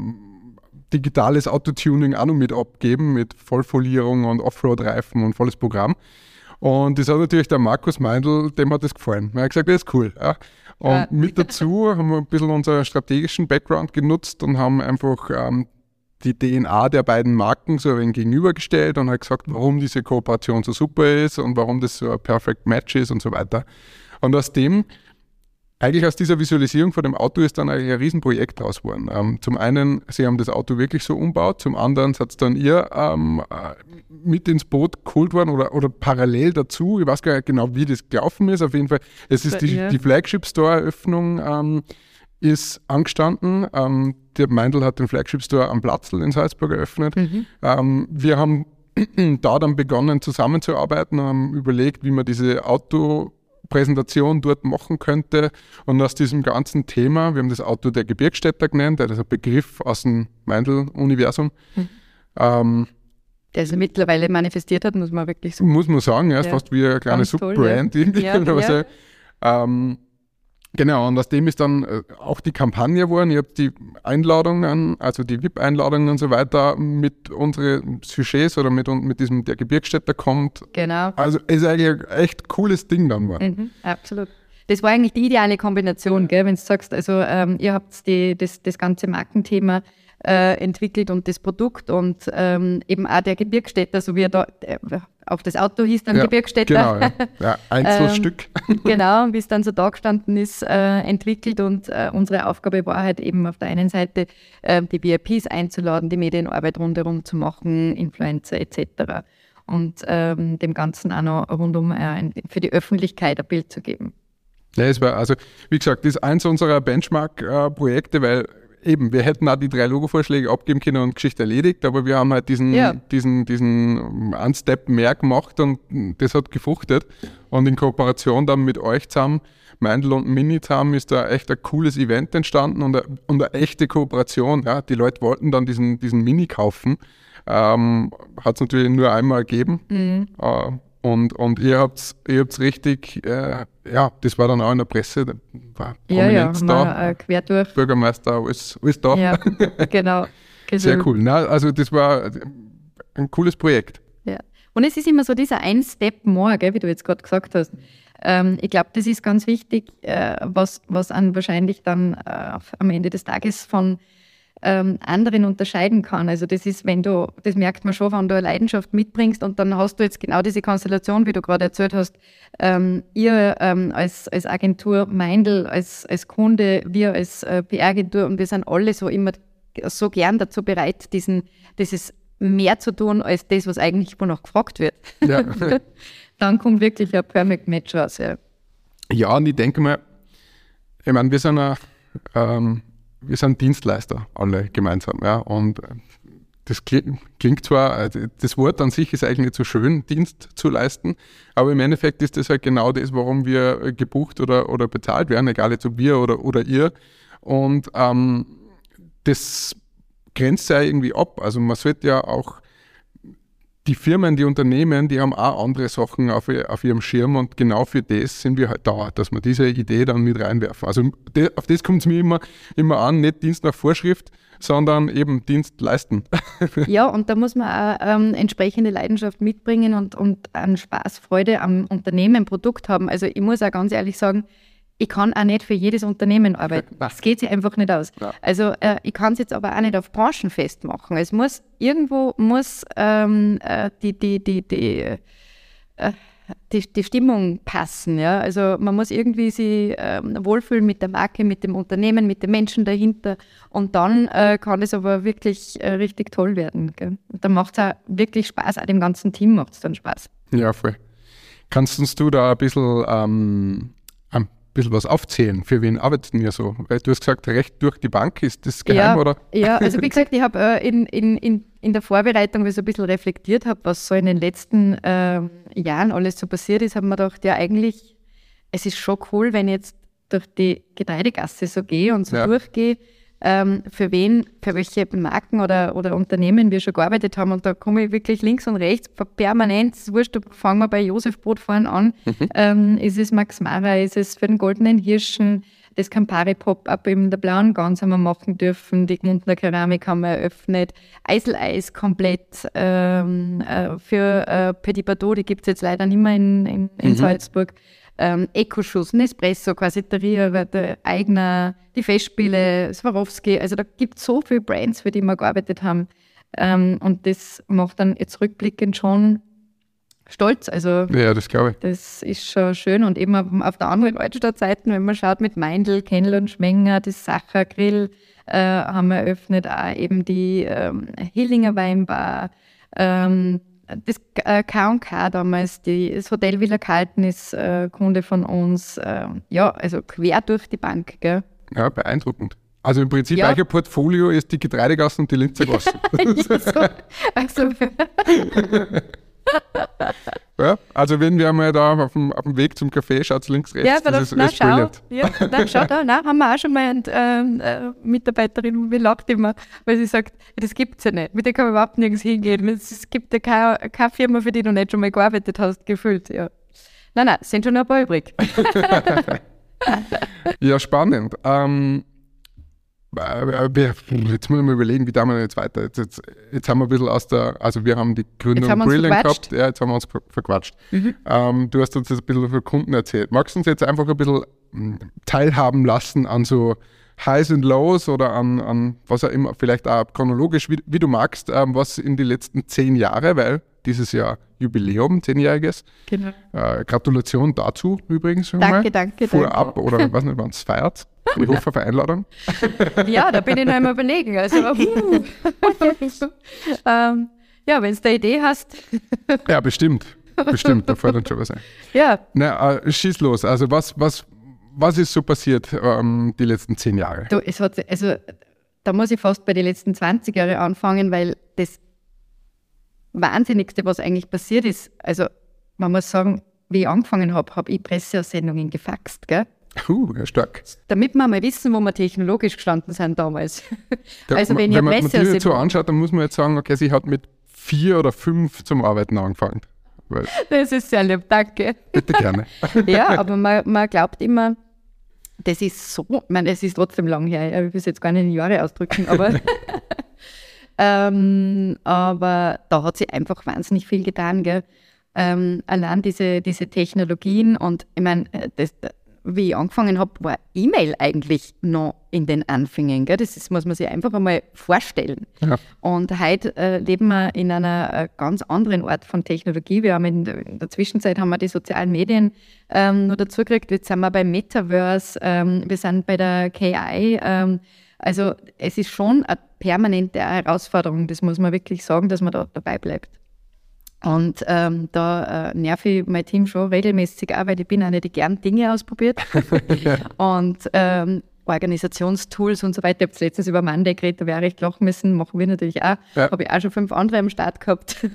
digitales Autotuning auch noch mit abgeben, mit Vollfolierung und Offroad-Reifen und volles Programm. Und das hat natürlich der Markus Meindl, dem hat das gefallen. Er hat gesagt, das ist cool. Ja. Und ja. mit dazu haben wir ein bisschen unseren strategischen Background genutzt und haben einfach ähm, die D N A der beiden Marken so ein wenig gegenübergestellt und hat gesagt, warum diese Kooperation so super ist und warum das so ein Perfect Match ist und so weiter. Und aus dem, eigentlich aus dieser Visualisierung von dem Auto ist dann eigentlich ein Riesenprojekt draus geworden. Ähm, zum einen, sie haben das Auto wirklich so umgebaut, zum anderen hat es dann ihr ähm, mit ins Boot geholt worden oder, oder parallel dazu. Ich weiß gar nicht genau, wie das gelaufen ist. Auf jeden Fall, es ist die, ja. die Flagship-Store-Eröffnung ähm, ist angestanden. Ähm, der Meindl hat den Flagship-Store am Platzl in Salzburg eröffnet. Mhm. Ähm, wir haben da dann begonnen zusammenzuarbeiten, haben überlegt, wie man diese Auto Präsentation dort machen könnte und aus diesem ganzen Thema, wir haben das Auto der Gebirgsstädter genannt, das ist ein Begriff aus dem Meindl-Universum. Mhm. Ähm, der sich mittlerweile manifestiert hat, muss man wirklich sagen. Muss man sagen, ja, ist ja. fast wie eine kleine Subbrand. Ja. Ja, ja. ähm, genau, und aus dem ist dann äh, auch die Kampagne geworden. Ich habe die Einladungen, also die V I P-Einladungen und so weiter mit unseren Sujets oder mit, mit diesem, der Gebirgsstädter kommt. Genau. Also ist eigentlich ein echt cooles Ding dann geworden. Mhm, absolut. Das war eigentlich die ideale Kombination, gell, wenn du sagst, also ähm, ihr habt die, das, das ganze Markenthema äh, entwickelt und das Produkt und ähm, eben auch der Gebirgsstädter, so wie er da, äh, auch das Auto hieß dann ja, Gebirgsstädter. Genau, ja. ja Einzelstück. ähm, genau, wie es dann so da gestanden ist, äh, entwickelt und äh, unsere Aufgabe war halt eben auf der einen Seite äh, die V I Ps einzuladen, die Medienarbeit rundherum zu machen, Influencer et cetera. Und ähm, dem Ganzen auch noch rundum äh, für die Öffentlichkeit ein Bild zu geben. Ja, es war, also wie gesagt, das ist eins unserer Benchmark-Projekte, weil eben, wir hätten auch die drei Logo-Vorschläge abgeben können und Geschichte erledigt, aber wir haben halt diesen, ja. diesen, diesen einen Step mehr gemacht und das hat gefruchtet. Und in Kooperation dann mit euch zusammen, Meindl und Mini zusammen, ist da echt ein cooles Event entstanden und eine, und eine echte Kooperation. Ja. Die Leute wollten dann diesen, diesen Mini kaufen. Ähm, hat es natürlich nur einmal gegeben. Mhm. Äh, Und, und ihr habt ihr habt's richtig, äh, ja, das war dann auch in der Presse, da war Prominenz ja, ja, da, äh, quer durch. Bürgermeister, alles, alles da. Ja, genau. Sehr cool. Na, also das war ein cooles Projekt. Ja. Und es ist immer so dieser ein Step more, gell, wie du jetzt gerade gesagt hast. Ähm, ich glaube, das ist ganz wichtig, äh, was, was an wahrscheinlich dann äh, am Ende des Tages von Ähm, anderen unterscheiden kann. Also das ist, wenn du, das merkt man schon, wenn du eine Leidenschaft mitbringst und dann hast du jetzt genau diese Konstellation, wie du gerade erzählt hast, ähm, ihr ähm, als, als Agentur Meindl, als, als Kunde, wir als äh, P R-Agentur und wir sind alle so immer so gern dazu bereit, diesen, dieses mehr zu tun, als das, was eigentlich wonach gefragt wird. Ja. Dann kommt wirklich ein Perfect Match raus. Ja, ja, und ich denke mal, ich meine, wir sind ein ähm, wir sind Dienstleister, alle gemeinsam. Ja? Und das klingt, klingt zwar, das Wort an sich ist eigentlich nicht so schön, Dienst zu leisten, aber im Endeffekt ist das halt genau das, warum wir gebucht oder, oder bezahlt werden, egal jetzt ob wir oder, oder ihr. Und ähm, das grenzt ja irgendwie ab. Also man sollte ja auch die Firmen, die Unternehmen, die haben auch andere Sachen auf, auf ihrem Schirm und genau für das sind wir halt da, dass wir diese Idee dann mit reinwerfen. Also de, auf das kommt es mir immer, immer an, nicht Dienst nach Vorschrift, sondern eben Dienst leisten. Ja, und da muss man auch ähm, entsprechende Leidenschaft mitbringen und, und an Spaß, Freude am Unternehmen, Produkt haben. Also ich muss auch ganz ehrlich sagen, ich kann auch nicht für jedes Unternehmen arbeiten. Das geht sich einfach nicht aus. Ja. Also äh, ich kann es jetzt aber auch nicht auf Branchen festmachen. Es muss, irgendwo muss ähm, äh, die, die, die, die, äh, die, die Stimmung passen. Ja? Also man muss irgendwie sich ähm, wohlfühlen mit der Marke, mit dem Unternehmen, mit den Menschen dahinter. Und dann äh, kann es aber wirklich äh, richtig toll werden. Gell? Und dann macht es auch wirklich Spaß. Auch dem ganzen Team macht es dann Spaß. Ja, voll. Kannst uns du da ein bisschen... Ähm bisschen was aufzählen, für wen arbeitet ihr so? Weil du hast gesagt, recht durch die Bank, ist das geheim, ja, oder? Ja, also wie gesagt, ich habe äh, in, in, in, in der Vorbereitung, wie ich so ein bisschen reflektiert habe, was so in den letzten äh, Jahren alles so passiert ist, habe mir gedacht, ja eigentlich, es ist schon cool, wenn ich jetzt durch die Getreidegasse so gehe und so ja. durchgehe, ähm, für wen, für welche Marken oder, oder Unternehmen wir schon gearbeitet haben. Und da komme ich wirklich links und rechts permanent, es ist wurscht, da fangen wir bei Josef Brot vorne an. Mhm. Ähm, ist es Max Mara, ist es für den Goldenen Hirschen, das Campari Pop-Up in der Blauen Gans haben wir machen dürfen, die Gmundner Keramik haben wir eröffnet, Eisel-Eis komplett ähm, äh, für äh, Petit Bateau, die gibt es jetzt leider nicht mehr in, in, in mhm. Salzburg. Ähm, Eco-Schuss, Nespresso, Quasiteria, der eigener, die Festspiele, Swarovski, also da gibt es so viele Brands, für die wir gearbeitet haben. Ähm, und das macht dann jetzt rückblickend schon stolz. Also ja, das glaube ich. Das ist schon schön. Und eben auf, auf der anderen Altstadtseite, wenn man schaut mit Meindl, Kennl und Schmenger, das Sacher Grill äh, haben wir eröffnet, auch eben die ähm, Hillinger Weinbar, ähm, das äh, K und K damals, die, das Hotel Villa Kalten ist äh, Kunde von uns. Äh, ja, also quer durch die Bank. Gell? Ja, beeindruckend. Also im Prinzip, ja. euer Portfolio ist die Getreidegassen und die Linzer Gassen. ja, so, also ja, also wenn wir einmal da auf dem, auf dem Weg zum Café, schaut links, rechts, ja, das ist, na, ist schau, brilliant. Ja, na, schau da, na, haben wir auch schon mal eine äh, Mitarbeiterin, die lacht immer, weil sie sagt, das gibt es ja nicht, mit der kann man überhaupt nirgends hingehen, es gibt ja keine, keine Firma, für die du nicht schon mal gearbeitet hast, gefühlt, ja. Nein, nein, es sind schon ein paar übrig. Ja, spannend. Ähm, Jetzt muss ich mal überlegen, wie tun wir jetzt weiter. Jetzt, jetzt, jetzt haben wir ein bisschen aus der, also wir haben die Gründung Brilliant gehabt, ja, jetzt haben wir uns verquatscht. Mhm. Ähm, du hast uns jetzt ein bisschen für Kunden erzählt. Magst du uns jetzt einfach ein bisschen teilhaben lassen an so Highs und Lows oder an, an was auch immer, vielleicht auch chronologisch, wie, wie du magst, ähm, was in die letzten zehn Jahre, weil dieses Jahr Jubiläum, zehnjähriges. Genau. Äh, Gratulation dazu übrigens schon danke, mal. Danke, Vorab danke. Oder ich weiß nicht, wann es feiert. Ich hoffe auf eine Einladung. Ja, da bin ich noch einmal überlegen. Also, uh. ähm, ja, wenn du eine Idee hast. Ja, bestimmt. Bestimmt, da fällt uns schon was ein. Ja. Na, äh, schieß los. Also was, was, was ist so passiert ähm, die letzten zehn Jahre? Du, es hat, also, da muss ich fast bei den letzten zwanzig Jahren anfangen, weil das Wahnsinnigste, was eigentlich passiert ist, also man muss sagen, wie ich angefangen habe, habe ich Presseaussendungen gefaxt, gell? Uh, ja, stark. Damit wir mal wissen, wo wir technologisch gestanden sind damals. Ja, also wenn, wenn ihr man sich jetzt so anschaut, dann muss man jetzt sagen, okay, sie hat mit vier oder fünf zum Arbeiten angefangen. Weil das ist sehr lieb, danke. Bitte gerne. Ja, aber man, man glaubt immer, das ist so, ich meine, es ist trotzdem lang her, ich will es jetzt gar nicht in Jahre ausdrücken, aber, ähm, aber da hat sich einfach wahnsinnig viel getan, gell? Ähm, allein diese, diese Technologien und ich meine, das, wie ich angefangen habe, war E-Mail eigentlich noch in den Anfängen. Gell? Das ist, muss man sich einfach einmal vorstellen. Ja. Und heute äh, leben wir in einer äh, ganz anderen Art von Technologie. Wir haben in der, in der Zwischenzeit haben wir die sozialen Medien ähm, noch dazu gekriegt. Jetzt sind wir beim Metaverse, ähm, wir sind bei der K I. Ähm, also es ist schon eine permanente Herausforderung. Das muss man wirklich sagen, dass man da dabei bleibt. Und ähm, da äh, nerv ich mein Team schon regelmäßig auch, weil ich bin eine, die gern Dinge ausprobiert. Und ähm, Organisationstools und so weiter. Ich habe letztens über Monday geredet, da wäre ich lachen müssen, machen wir natürlich auch. Ja. Habe ich auch schon fünf andere am Start gehabt.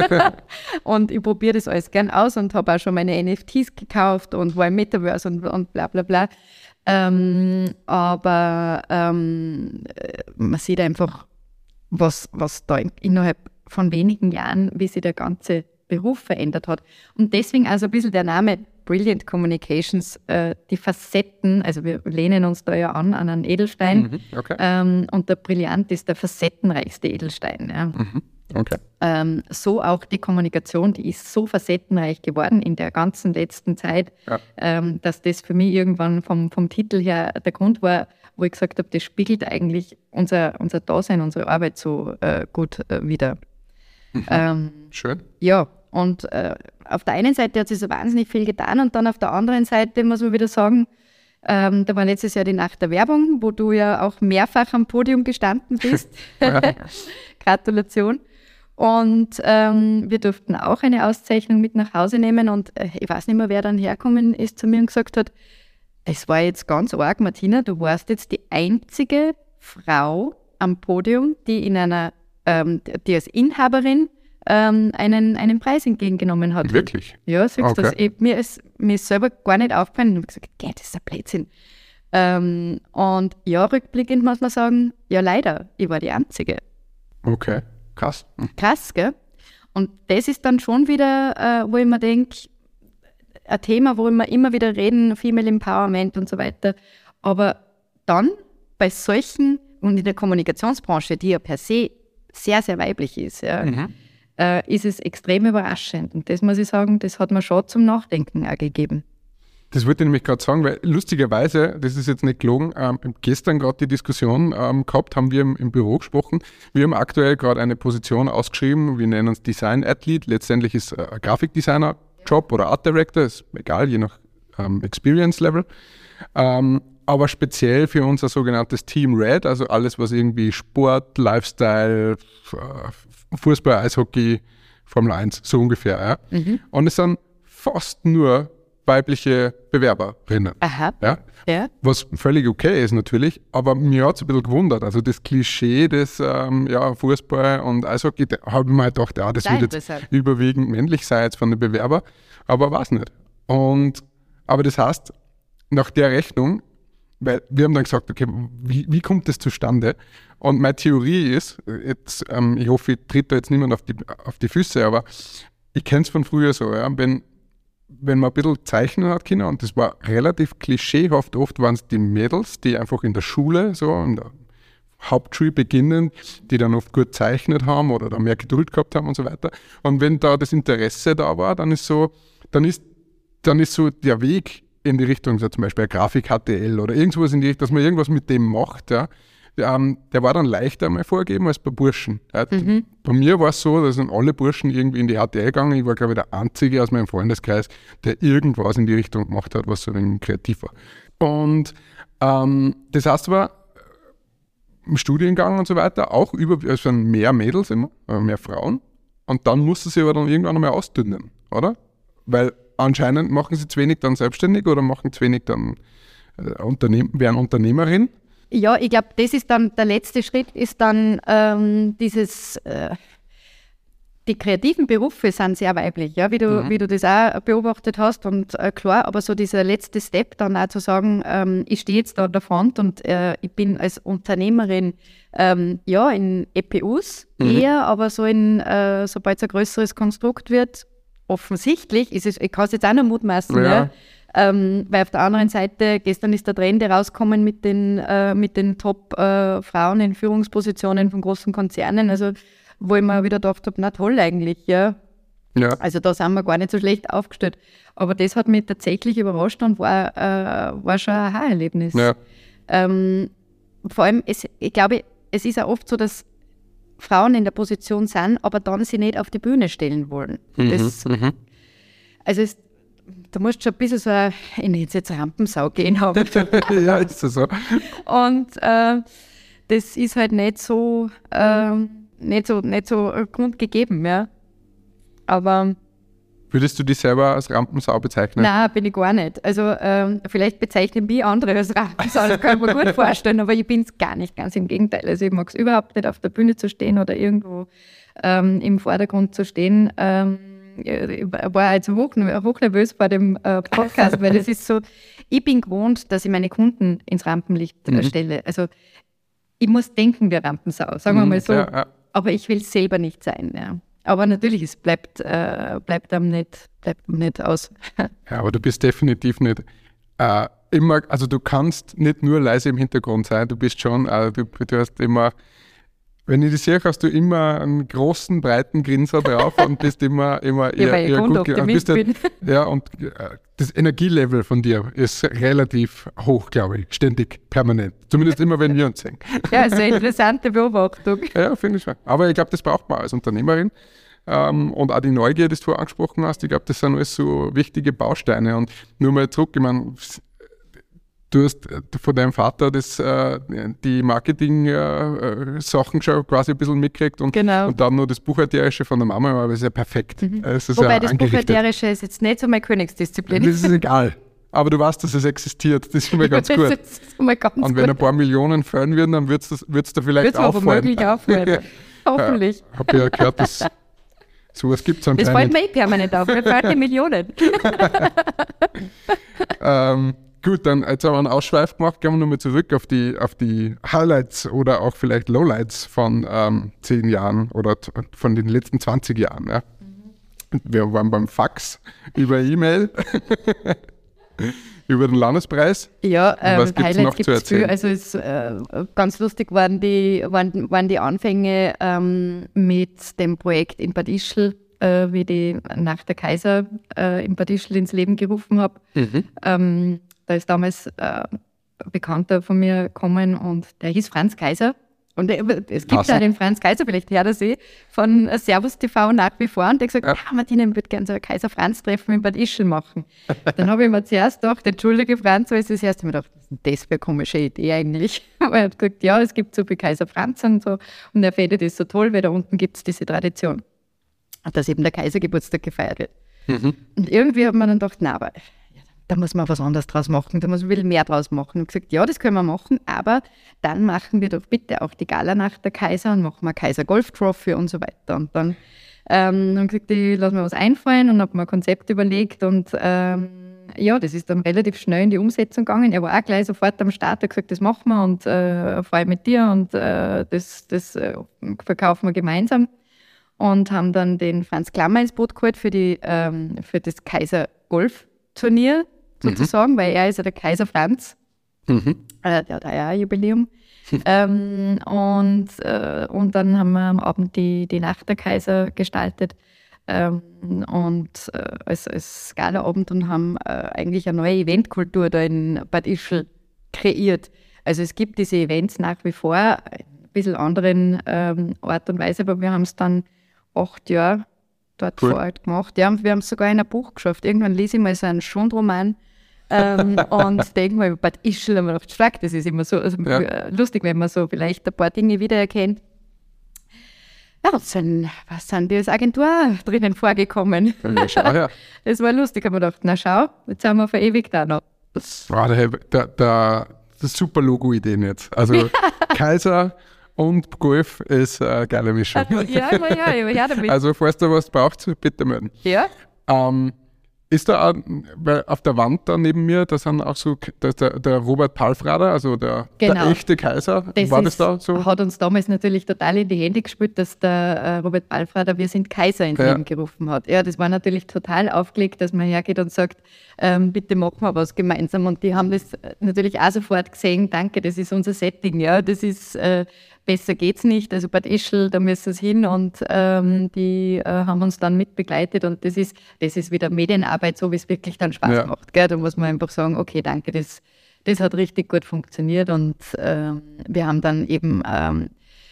Und ich probiere das alles gern aus und habe auch schon meine N F Ts gekauft und war im Metaverse und, und bla bla bla. Ähm, aber ähm, man sieht einfach, was, was da innerhalb von wenigen Jahren, wie sich der ganze Beruf verändert hat. Und deswegen also ein bisschen der Name Brilliant Communications, äh, die Facetten, also wir lehnen uns da ja an, an einen Edelstein. Mhm, okay. ähm, und der Brillant ist der facettenreichste Edelstein. Ja. Mhm, okay. ähm, so auch die Kommunikation, die ist so facettenreich geworden in der ganzen letzten Zeit, ja. ähm, dass das für mich irgendwann vom, vom Titel her der Grund war, wo ich gesagt habe, das spiegelt eigentlich unser, unser Dasein, unsere Arbeit so äh, gut äh, wider. Mhm. Ähm, Schön. Ja, und äh, auf der einen Seite hat sich so wahnsinnig viel getan und dann auf der anderen Seite muss man wieder sagen, ähm, da war letztes Jahr die Nacht der Werbung, wo du ja auch mehrfach am Podium gestanden bist. Gratulation. Und ähm, wir durften auch eine Auszeichnung mit nach Hause nehmen und äh, ich weiß nicht mehr, wer dann hergekommen ist zu mir und gesagt hat, es war jetzt ganz arg, Martina, du warst jetzt die einzige Frau am Podium, die in einer Ähm, die als Inhaberin ähm, einen, einen Preis entgegengenommen hat. Wirklich? Ja, sagst okay. du das. Ich, mir, ist, mir ist selber gar nicht aufgefallen. Ich habe gesagt, geh, das ist ein Blödsinn. Ähm, und ja, rückblickend muss man sagen, ja leider, ich war die Einzige. Okay, krass. Hm. Krass, gell? Und das ist dann schon wieder, äh, wo ich mir denke, ein Thema, wo wir immer wieder reden, Female Empowerment und so weiter. Aber dann bei solchen, und in der Kommunikationsbranche, die ja per se sehr, sehr weiblich ist, ja, mhm. äh, ist es extrem überraschend. Und das muss ich sagen, das hat mir schon zum Nachdenken auch gegeben. Das wollte ich nämlich gerade sagen, weil lustigerweise, das ist jetzt nicht gelogen, ähm, gestern gerade die Diskussion ähm, gehabt, haben wir im, im Büro gesprochen. Wir haben aktuell gerade eine Position ausgeschrieben, wir nennen es Design Athlete, letztendlich ist äh, ein Grafikdesigner-Job oder Art Director, ist egal, je nach ähm, Experience-Level. Ähm, aber speziell für unser sogenanntes Team Red, also alles, was irgendwie Sport, Lifestyle, Fußball, Eishockey, Formel eins, so ungefähr. Ja. Mhm. Und es sind fast nur weibliche Bewerberinnen. Aha. Ja? Ja. Was völlig okay ist natürlich, aber mir hat es ein bisschen gewundert. Also das Klischee des ähm, ja, Fußball und Eishockey, da habe ich mir halt gedacht, ja, das Nein, wird jetzt überwiegend männlich sein jetzt von den Bewerbern, aber war es nicht. Und, aber das heißt, nach der Rechnung, weil wir haben dann gesagt, okay, wie, wie kommt das zustande? Und meine Theorie ist, jetzt, ähm, ich hoffe, ich tritt da jetzt niemand auf die, auf die Füße, aber ich kenne es von früher so, ja, wenn, wenn man ein bisschen zeichnen hat können, und das war relativ klischeehaft, oft waren es die Mädels, die einfach in der Schule, so in der Hauptschule beginnen, die dann oft gut gezeichnet haben oder da mehr Geduld gehabt haben und so weiter. Und wenn da das Interesse da war, dann ist so, dann ist, dann ist so der Weg in die Richtung, so zum Beispiel Grafik H T L oder irgendwas in die Richtung, dass man irgendwas mit dem macht, ja, ähm, der war dann leichter mal vorgegeben als bei Burschen. Ja. Mhm. Bei mir war es so, da sind alle Burschen irgendwie in die H T L gegangen. Ich war, glaube ich, der Einzige aus meinem Freundeskreis, der irgendwas in die Richtung gemacht hat, was so ein kreativ war. Und ähm, das heißt aber, im Studiengang und so weiter, auch über, es waren mehr Mädels immer, mehr Frauen. Und dann musste sie aber dann irgendwann einmal ausdünnen, oder? Weil anscheinend machen sie zu wenig dann selbstständig oder machen zu wenig dann äh, Unternehm- werden Unternehmerin. Ja, ich glaube, das ist dann, der letzte Schritt ist dann ähm, dieses, äh, die kreativen Berufe sind sehr weiblich, ja, wie du, mhm. wie du das auch beobachtet hast und äh, klar, aber so dieser letzte Step dann auch zu sagen, ähm, ich stehe jetzt da an der Front und äh, ich bin als Unternehmerin, ähm, ja, in E P Us mhm. eher, aber so in, äh, sobald es ein größeres Konstrukt wird, offensichtlich ist es, ich kann es jetzt auch noch mutmaßen, ja. Ja, ähm, weil auf der anderen Seite, gestern ist der Trend rausgekommen mit den, äh, mit den Top-Frauen äh, in Führungspositionen von großen Konzernen, also wo ich mir wieder gedacht habe, na toll eigentlich, ja. ja. Also da sind wir gar nicht so schlecht aufgestellt. Aber das hat mich tatsächlich überrascht und war, äh, war schon ein Aha-Erlebnis. Ja. Ähm, vor allem, es, ich glaube, es ist auch oft so, dass Frauen in der Position sind, aber dann sie nicht auf die Bühne stellen wollen. Mhm, das, mhm. Also es, da musst du schon ein bisschen so eine, ich nenne es jetzt eine Rampensau gehen haben. Ja, ist das so. Und äh, das ist halt nicht so, äh, nicht so, nicht so grundgegeben, ja. Aber würdest du dich selber als Rampensau bezeichnen? Nein, bin ich gar nicht. Also ähm, vielleicht bezeichnen mich andere als Rampensau, das kann ich mir gut vorstellen, aber ich bin es gar nicht, ganz im Gegenteil. Also ich mag es überhaupt nicht, auf der Bühne zu stehen oder irgendwo ähm, im Vordergrund zu stehen. Ähm, ich war jetzt hoch, hochnervös bei dem äh, Podcast, weil das ist so, ich bin gewohnt, dass ich meine Kunden ins Rampenlicht mhm. stelle. Also ich muss denken wie Rampensau, sagen wir mal so. Ja, ja. Aber ich will es selber nicht sein, ja. Aber natürlich, es bleibt, äh, bleibt einem nicht, bleibt nicht aus. Ja, aber du bist definitiv nicht äh, immer, also du kannst nicht nur leise im Hintergrund sein, du bist schon, äh, du, du hast immer, wenn ich dich sehe, hast du immer einen großen, breiten Grinser drauf und bist immer, immer ja, eher, weil ich eher gut bist ja, bin. Ja, und äh, das Energielevel von dir ist relativ hoch, glaube ich, ständig, permanent. Zumindest immer, wenn wir uns sehen. Ja, ist eine interessante Beobachtung. Ja, finde ich schon. Aber ich glaube, das braucht man als Unternehmerin. Ähm, und auch die Neugier, die du angesprochen hast, ich glaube, das sind alles so wichtige Bausteine. Und nur mal zurück, ich meine, du hast von deinem Vater das, äh, die Marketing-Sachen äh, schon quasi ein bisschen mitgekriegt und, genau. und dann nur das Buchhalterische von der Mama, aber das ist ja perfekt. Mhm. Es ist Wobei ja das Buchhalterische ist jetzt nicht so meine Königsdisziplin. Das ist egal. Aber du weißt, dass es existiert. Das ist schon mal ganz das gut. Ist mal ganz und wenn gut. ein paar Millionen fallen würden, dann wird es da vielleicht wird's auffallen. Wird es aber möglich auffallen. Hoffentlich. Ich ja, habe ja gehört, dass sowas gibt es anscheinend. Das fällt mir eh permanent auf. Mir fallen die Millionen. ähm, gut, dann jetzt haben wir einen Ausschweif gemacht, gehen wir nochmal zurück auf die, auf die Highlights oder auch vielleicht Lowlights von ähm, zehn Jahren oder t- von den letzten zwanzig Jahren. Ja. Mhm. Wir waren beim Fax, über E-Mail, über den Landespreis. Ja, ähm, was gibt's Highlights noch gibt zu es erzählen? viel. Also es, äh, ganz lustig waren die, waren, waren die Anfänge ähm, mit dem Projekt in Bad Ischl, äh, wie die Nacht der Kaiser äh, in Bad Ischl ins Leben gerufen habe. Mhm. Ähm, da ist damals äh, ein Bekannter von mir gekommen und der hieß Franz Kaiser. Und der, es gibt Passend. auch den Franz Kaiser, vielleicht hört er sie, von Servus T V nach wie vor. Und der hat gesagt, Ja. ja, Martina, ich würde gerne so ein Kaiser-Franz-Treffen in Bad Ischl machen. Dann habe ich mir zuerst gedacht, entschuldige Franz, weil ich das erste Mal gedacht, was ist denn das für eine komische Idee eigentlich? Aber er hat gesagt, ja, es gibt so viel Kaiser Franz und so. Und er findet das so toll, weil da unten gibt es diese Tradition, dass eben der Kaisergeburtstag gefeiert wird. Mhm. Und irgendwie hat man dann gedacht, na, aber da muss man was anderes draus machen, da muss man viel mehr draus machen. Und gesagt, ja, das können wir machen, aber dann machen wir doch bitte auch die Galanacht der Kaiser und machen wir Kaiser Golf Trophy und so weiter. Und dann ähm, haben gesagt, ich lasse mir was einfallen und habe mir ein Konzept überlegt und ähm, ja, das ist dann relativ schnell in die Umsetzung gegangen. Er war auch gleich sofort am Start, er hat gesagt, das machen wir und äh, vor allem mit dir und äh, das, das äh, verkaufen wir gemeinsam. Und haben dann den Franz Klammer ins Boot geholt für, die, ähm, für das Kaiser Golf Turnier sozusagen, mhm. weil er ist ja der Kaiser Franz. Mhm. Äh, der hat auch ein Jubiläum. ähm, und, äh, und dann haben wir am Abend die, die Nacht der Kaiser gestaltet ähm, und äh, als, als Galaabend und haben äh, eigentlich eine neue Eventkultur da in Bad Ischl kreiert. Also es gibt diese Events nach wie vor, ein bisschen anderen ähm, Art und Weise, aber wir haben es dann acht Jahre dort Cool. vor Ort gemacht. Ja, wir haben es sogar in ein Buch geschafft. Irgendwann lese ich mal so einen Schundroman ähm, und denke mal über Bad Ischl und mir gedacht, stark, das ist immer so also, Ja. äh, lustig, wenn man so vielleicht ein paar Dinge wiedererkennt. Ja, was sind, was sind die als Agentur drinnen vorgekommen? Ja, schau her. Das war lustig, habe ich mir gedacht, na schau, jetzt sind wir verewigt auch noch. Wow, der, der, der, das ist super Logo-Ideen jetzt. Also Kaiser und Golf ist eine geile Mischung. Ja, ja, ja, ja, ja damit. Also falls du was brauchst, bitte melden. Ja, Ähm, ist da auch, weil auf der Wand da neben mir, da sind auch so, da ist der, der Robert Palfrader, also der, Genau. der echte Kaiser. das War ist, das da so? hat uns damals natürlich total in die Hände gespielt, dass der äh, Robert Palfrader Wir sind Kaiser ins Ja. Leben gerufen hat. Ja, das war natürlich total aufgelegt, dass man hergeht und sagt, ähm, bitte machen wir was gemeinsam. Und die haben das natürlich auch sofort gesehen, danke, das ist unser Setting, ja, das ist, äh, besser geht's nicht. Also Bad Ischl, da müssen sie hin und ähm, die äh, haben uns dann mitbegleitet und das ist, das ist wieder Medienarbeit, so wie es wirklich dann Spaß Ja. macht. Gell? Da muss man einfach sagen, okay, danke, das, das hat richtig gut funktioniert und ähm, wir haben dann eben ähm,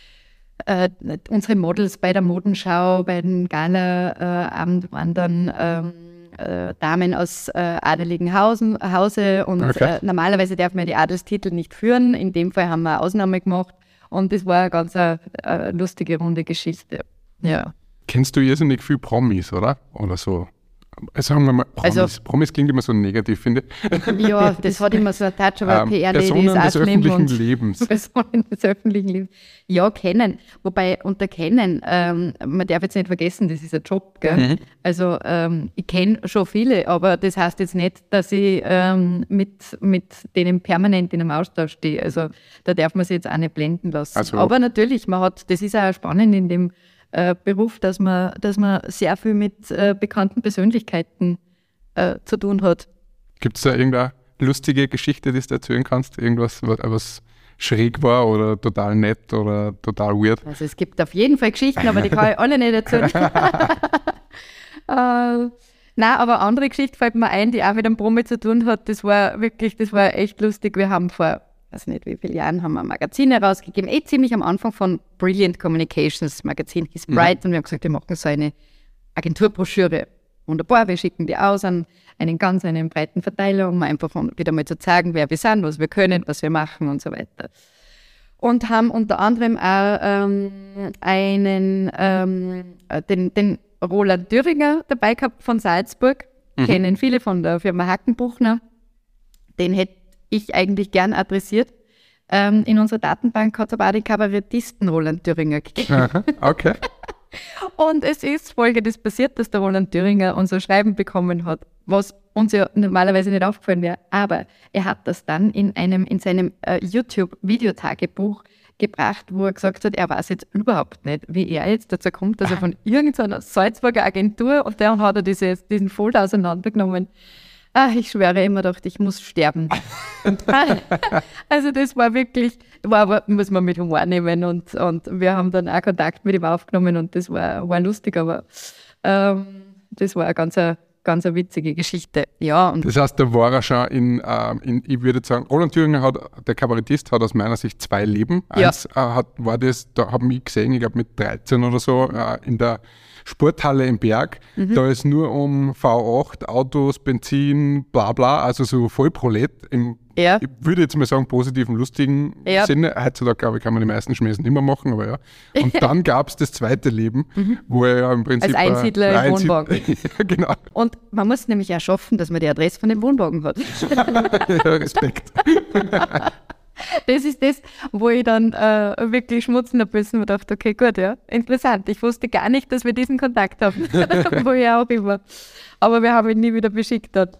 äh, unsere Models bei der Modenschau, bei den Gala-Abend äh, waren dann ähm, äh, Damen aus äh, adeligen Hausen, Hause und Okay. äh, normalerweise darf man die Adelstitel nicht führen. In dem Fall haben wir eine Ausnahme gemacht und das war eine ganz äh, äh, lustige, runde Geschichte. Ja. Kennst du irrsinnig viel Promis, oder? Oder so? Sagen wir mal, Promis. Also- Promis klingt immer so negativ, finde ich. Ja, das hat immer so einen Touch, aber Ähm, P R-Lady Personen ist auch des schlimm. öffentlichen und Lebens. Personen des öffentlichen Lebens. Ja, kennen. Wobei unter kennen, ähm, man darf jetzt nicht vergessen, das ist ein Job. Gell? Mhm. Also ähm, ich kenne schon viele, aber das heißt jetzt nicht, dass ich ähm, mit, mit denen permanent in einem Austausch stehe. Also da darf man sich jetzt auch nicht blenden lassen. Also- aber natürlich, man hat, das ist auch spannend in dem äh, Beruf, dass man, dass man sehr viel mit äh, bekannten Persönlichkeiten äh, zu tun hat. Gibt es da irgendeine lustige Geschichte, die du erzählen kannst? Irgendwas, was, was schräg war oder total nett oder total weird? Also es gibt auf jeden Fall Geschichten, aber die kann ich alle nicht erzählen. äh, nein, aber eine andere Geschichte fällt mir ein, die auch mit einem Promi zu tun hat. Das war wirklich, das war echt lustig. Wir haben vor, weiß nicht wie viele Jahren, haben wir ein Magazin herausgegeben, eh ziemlich am Anfang von Brilliant Communications. Das Magazin hieß Bright und wir haben gesagt, wir machen so eine Agenturbroschüre. Wunderbar, wir schicken die aus an einen ganz einen breiten Verteiler, um einfach wieder mal zu zeigen, wer wir sind, was wir können, was wir machen und so weiter. Und haben unter anderem auch ähm, einen, ähm, den, den Roland Thüringer dabei gehabt von Salzburg, Mhm. kennen viele von der Firma Hackenbuchner. Den hätte ich eigentlich gern adressiert. Ähm, in unserer Datenbank hat es aber auch den Kabarettisten Roland Thüringer gegeben. Aha, okay. Und es ist Folgendes passiert, dass der Roland Thüringer unser Schreiben bekommen hat. was uns ja normalerweise nicht aufgefallen wäre. Aber er hat das dann in einem in seinem äh, YouTube-Videotagebuch gebracht, wo er gesagt hat, er weiß jetzt überhaupt nicht, wie er jetzt dazu kommt, dass er von irgendeiner Salzburger Agentur und dann hat er dieses, diesen Folder auseinandergenommen. Ah, ich schwöre immer gedacht, ich muss sterben. Also das war wirklich, war aber, muss man mit Humor nehmen und, und wir haben dann auch Kontakt mit ihm aufgenommen und das war, war lustig, aber ähm, das war eine ganz, ganz eine witzige Geschichte. Ja, und das heißt, da war er schon in, ähm, in ich würde sagen, Roland Thüringer hat, der Kabarettist hat aus meiner Sicht zwei Leben. Ja. Eins äh, hat, war das, da habe ich gesehen, ich glaube mit dreizehn oder so, äh, in der Sporthalle im Berg. Mhm. Da ist nur um V acht, Autos, Benzin, bla bla, also so Vollprolet im, ja. ich würde jetzt mal sagen, positiven, lustigen ja. Sinne. Heutzutage, glaube ich, kann man die meisten Schmähsen immer machen, aber ja. Und dann gab es das zweite Leben, mhm. wo er ja im Prinzip... Als Einsiedler äh, im Wohnwagen. Ja, genau. Und man muss nämlich auch schaffen, dass man die Adresse von dem Wohnwagen hat. Ja, Respekt. Das ist das, wo ich dann äh, wirklich schmutzen habe müssen und dachte, okay, gut, ja, interessant. Ich wusste gar nicht, dass wir diesen Kontakt haben. Woher auch immer. Aber wir haben ihn nie wieder beschickt dort.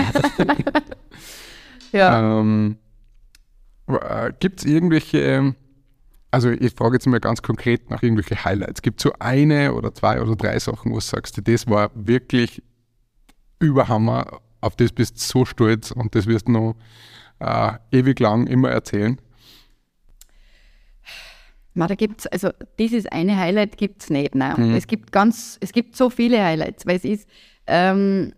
Ja. Ähm, gibt es irgendwelche, also ich frage jetzt mal ganz konkret nach irgendwelche Highlights. Gibt es so eine oder zwei oder drei Sachen, wo du sagst, das war wirklich Überhammer, auf das bist du so stolz und das wirst du noch Uh, ewig lang immer erzählen? Ma, da gibt's, also dieses eine Highlight gibt es nicht. Nein. Mhm. Es gibt ganz, es gibt so viele Highlights, weil es ist ähm,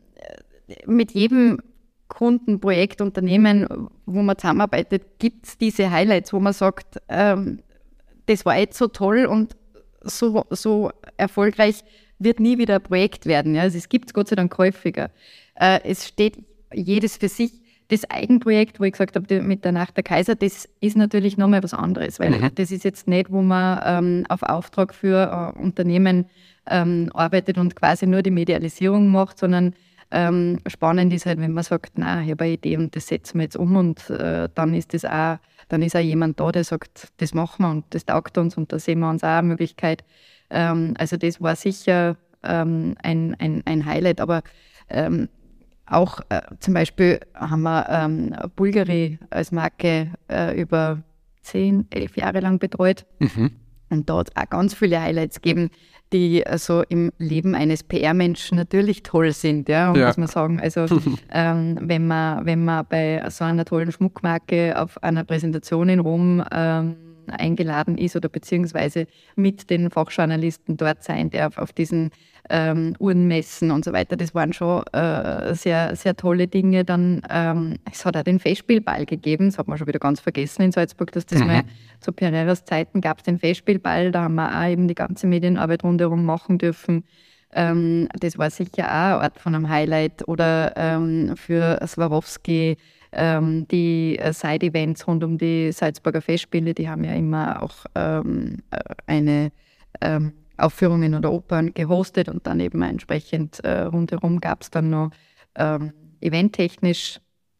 mit jedem Kunden, Projekt, Unternehmen, wo man zusammenarbeitet, gibt es diese Highlights, wo man sagt, ähm, das war jetzt so toll und so, so erfolgreich wird nie wieder ein Projekt werden. Ja? Also es gibt es Gott sei Dank häufiger. Äh, es steht jedes für sich. Das Eigenprojekt, wo ich gesagt habe, mit der Nacht der Kaiser, das ist natürlich nochmal was anderes, weil mhm. das ist jetzt nicht, wo man ähm, auf Auftrag für äh, Unternehmen ähm, arbeitet und quasi nur die Medialisierung macht, sondern ähm, spannend ist halt, wenn man sagt, na, ich habe eine Idee und das setzen wir jetzt um und äh, dann ist das auch, dann ist auch jemand da, der sagt, das machen wir und das taugt uns und da sehen wir uns auch eine Möglichkeit. Ähm, also das war sicher ähm, ein, ein, ein Highlight, aber ähm, auch äh, zum Beispiel haben wir ähm, Bulgari als Marke äh, über zehn, elf Jahre lang betreut. Mhm. Und da hat es auch ganz viele Highlights gegeben, die äh, so im Leben eines P R-Menschen natürlich toll sind, ja, ja. muss man sagen. Also ähm, wenn man, wenn man bei so einer tollen Schmuckmarke auf einer Präsentation in Rom ähm, eingeladen ist oder beziehungsweise mit den Fachjournalisten dort sein darf auf diesen ähm, Uhrenmessen und so weiter. Das waren schon äh, sehr, sehr tolle Dinge. Dann, ähm, es hat auch den Festspielball gegeben, das hat man schon wieder ganz vergessen in Salzburg, dass das mhm. mal zu Pereiras Zeiten gab es den Festspielball, da haben wir auch eben die ganze Medienarbeit rundherum machen dürfen. Ähm, das war sicher auch eine Art von einem Highlight. Oder ähm, für Swarovski Ähm, die äh, Side-Events rund um die Salzburger Festspiele, die haben ja immer auch ähm, eine ähm, Aufführungen oder Opern gehostet und dann eben entsprechend äh, rundherum gab es dann noch ähm, eventtechnisch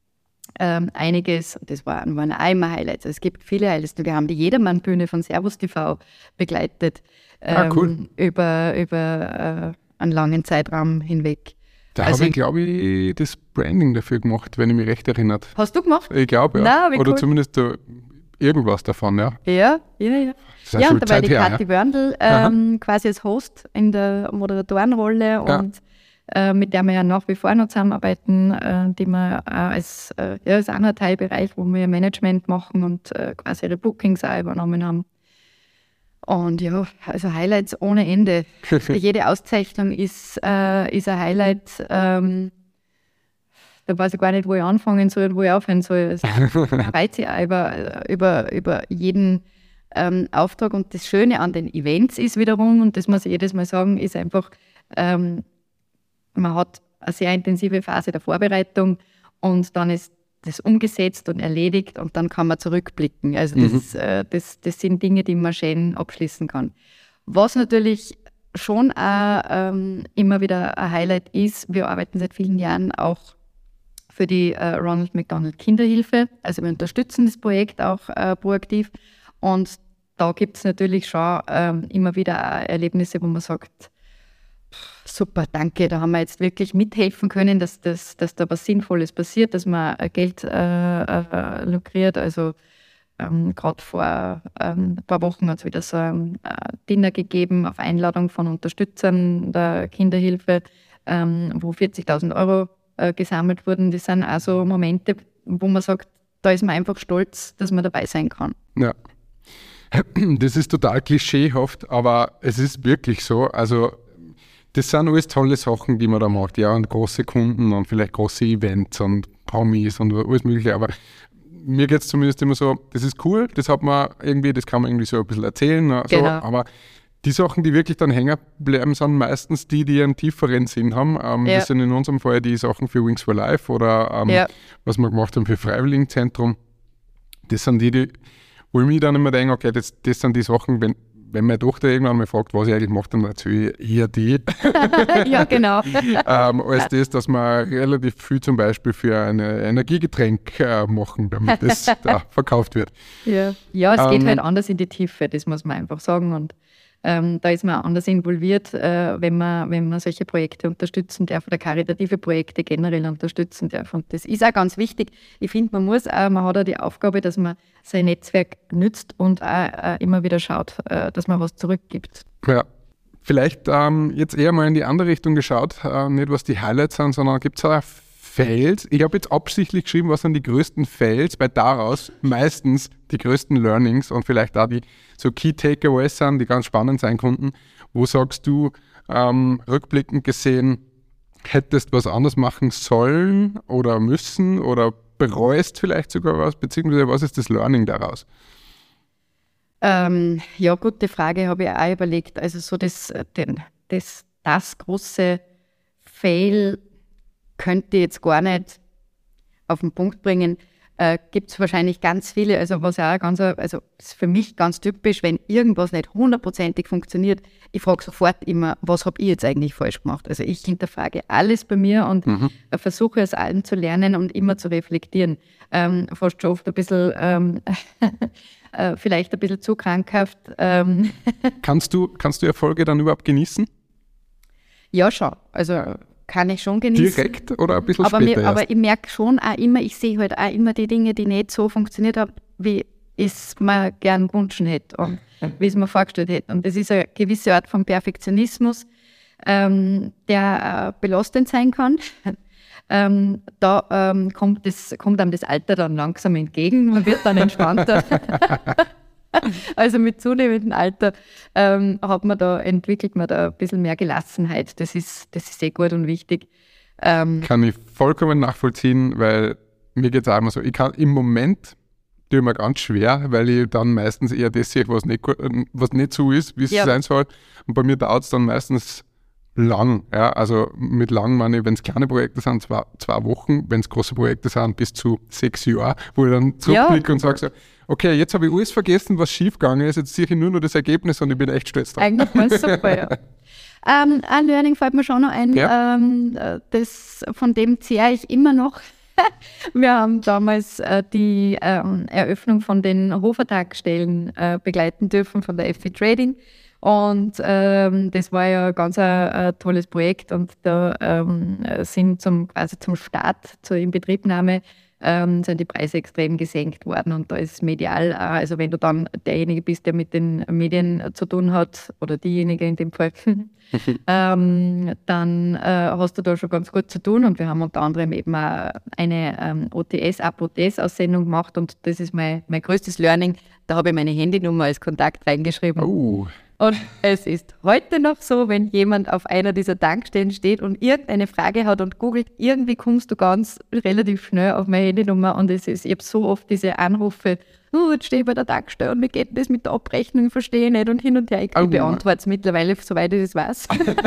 ähm, einiges. Das waren, waren auch immer Highlights. Es gibt viele Highlights. Wir haben die Jedermann-Bühne von Servus T V begleitet ähm, ah, cool. über, über äh, einen langen Zeitraum hinweg. Da also habe ich, glaube ich, das Branding dafür gemacht, wenn ich mich recht erinnert. Hast du gemacht? Ich glaube, ja. Nein, Oder cool. zumindest da irgendwas davon, ja. Ja, ja, ja. Das Ja, und da war die her, Kathi ja. Wörndl ähm, quasi als Host in der Moderatorenrolle Ja. und äh, mit der wir ja nach wie vor noch zusammenarbeiten, äh, die wir äh, als, äh, ja, als anderer Teilbereich, wo wir Management machen und äh, quasi ihre Bookings auch übernommen haben. Und ja, also Highlights ohne Ende. Jede Auszeichnung ist, äh, ist ein Highlight. Ähm, da weiß ich gar nicht, wo ich anfangen soll und wo ich aufhören soll. Also, man freut sich auch über, über, über jeden ähm, Auftrag. Und das Schöne an den Events ist wiederum, und das muss ich jedes Mal sagen, ist einfach, ähm, man hat eine sehr intensive Phase der Vorbereitung und dann ist das umgesetzt und erledigt und dann kann man zurückblicken. Also das, mhm. äh, das, das sind Dinge, die man schön abschließen kann. Was natürlich schon auch ähm, immer wieder ein Highlight ist, wir arbeiten seit vielen Jahren auch für die äh, Ronald McDonald Kinderhilfe. Also wir unterstützen das Projekt auch äh, proaktiv und da gibt es natürlich schon ähm, immer wieder auch Erlebnisse, wo man sagt, Super, danke. Da haben wir jetzt wirklich mithelfen können, dass, dass, dass da was Sinnvolles passiert, dass man Geld äh, äh, lukriert. Also ähm, gerade vor ähm, ein paar Wochen hat es wieder so ein äh, Dinner gegeben auf Einladung von Unterstützern der Kinderhilfe, ähm, wo vierzigtausend Euro äh, gesammelt wurden. Das sind also Momente, wo man sagt, da ist man einfach stolz, dass man dabei sein kann. Ja. Das ist total klischeehaft, aber es ist wirklich so. Also das sind alles tolle Sachen, die man da macht. Ja, und große Kunden und vielleicht große Events und Promis und alles mögliche. Aber mir geht es zumindest immer so, das ist cool, das hat man irgendwie, das kann man irgendwie so ein bisschen erzählen. So, Genau. Aber die Sachen, die wirklich dann hängen bleiben, sind meistens die, die einen tieferen Sinn haben. Ähm, Ja. Das sind in unserem Fall die Sachen für Wings for Life oder ähm, Ja. was wir gemacht haben für Freiwilligenzentrum. Das sind die, die wo ich mir dann immer denke, okay, das, das sind die Sachen, wenn, wenn meine Tochter irgendwann mal fragt, was ich eigentlich mache, dann erzähle ich eher die, Ja, genau. ähm, als das, dass wir relativ viel zum Beispiel für ein Energiegetränk äh, machen, damit das da verkauft wird. Ja, ja es geht Ähm, halt anders in die Tiefe, das muss man einfach sagen. Und ähm, da ist man anders involviert, äh, wenn, man, wenn man solche Projekte unterstützen darf oder karitative Projekte generell unterstützen darf. Und das ist auch ganz wichtig. Ich finde, man muss auch, man hat auch die Aufgabe, dass man sein Netzwerk nützt und auch äh, immer wieder schaut, äh, dass man was zurückgibt. Ja. Vielleicht ähm, jetzt eher mal in die andere Richtung geschaut, äh, nicht was die Highlights sind, sondern gibt es auch Fails. Ich habe jetzt absichtlich geschrieben, was sind die größten Fails, weil daraus meistens die größten Learnings und vielleicht auch die so Key Takeaways sind, die ganz spannend sein konnten. Wo sagst du, ähm, rückblickend gesehen, hättest was anders machen sollen oder müssen oder bereust vielleicht sogar was, beziehungsweise was ist das Learning daraus? Ähm, ja, gute Frage, habe ich auch überlegt. Also so das, den, das, das große Fail könnte ich jetzt gar nicht auf den Punkt bringen. Äh, gibt es wahrscheinlich ganz viele, also was auch ganz, also ist für mich ganz typisch, wenn irgendwas nicht hundertprozentig funktioniert, ich frage sofort immer, was habe ich jetzt eigentlich falsch gemacht? Also ich hinterfrage alles bei mir und Mhm. äh, versuche aus allem zu lernen und immer zu reflektieren. Ähm, fast schon oft ein bisschen, ähm, äh, vielleicht ein bisschen zu krankhaft. Ähm, Kannst du, kannst du Erfolge dann überhaupt genießen? ja, schon. Also kann ich schon genießen. Direkt oder ein bisschen Aber, später mir, erst? aber ich merke schon auch immer, ich sehe halt auch immer die Dinge, die nicht so funktioniert haben, wie ich es mir gern gewünscht hätte und wie ich es mir vorgestellt hätte. Und das ist eine gewisse Art von Perfektionismus, ähm, der äh, belastend sein kann. Ähm, da ähm, kommt, das, kommt einem das Alter dann langsam entgegen, man wird dann entspannter. Also mit zunehmendem Alter ähm, hat man da, entwickelt man da ein bisschen mehr Gelassenheit. Das ist, das ist sehr gut und wichtig. Ähm, Kann ich vollkommen nachvollziehen, weil mir geht es auch immer so, ich kann im Moment tue ich mir ganz schwer, weil ich dann meistens eher das sehe, was nicht, gut- was nicht so ist, wie es Ja. sein soll. Und bei mir dauert es dann meistens lang. Ja? Also mit lang meine ich, wenn es kleine Projekte sind, zwei, zwei Wochen, wenn es große Projekte sind, bis zu sechs Jahre, wo ich dann zurückblicke und sage so, okay, jetzt habe ich alles vergessen, was schiefgegangen ist, jetzt sehe ich nur noch das Ergebnis und ich bin echt stolz drauf. Eigentlich war es super, ja. Ähm, ein Learning fällt mir schon noch ein, Ja. ähm, äh, das, von dem zehre ich immer noch. Wir haben damals äh, die ähm, Eröffnung von den Hofertagstellen äh, begleiten dürfen von der F V Trading. Und ähm, das war ja ganz ein, ein tolles Projekt und da ähm, sind zum, quasi zum Start, zur Inbetriebnahme, ähm, sind die Preise extrem gesenkt worden und da ist medial, auch, also wenn du dann derjenige bist, der mit den Medien zu tun hat oder diejenige in dem Fall, ähm, dann äh, hast du da schon ganz gut zu tun und wir haben unter anderem eben auch eine ähm, O T S, Ab-O T S-Aussendung gemacht und das ist mein, mein größtes Learning. Da habe ich meine Handynummer als Kontakt reingeschrieben. Oh, Und es ist heute noch so, wenn jemand auf einer dieser Tankstellen steht und irgendeine Frage hat und googelt, irgendwie kommst du ganz relativ schnell auf meine Handynummer und es ist, ich habe so oft diese Anrufe, oh, jetzt stehe ich bei der Tankstelle und wie geht das mit der Abrechnung, verstehe ich nicht und hin und her. Ich Oh. beantworte es mittlerweile, soweit ich es weiß.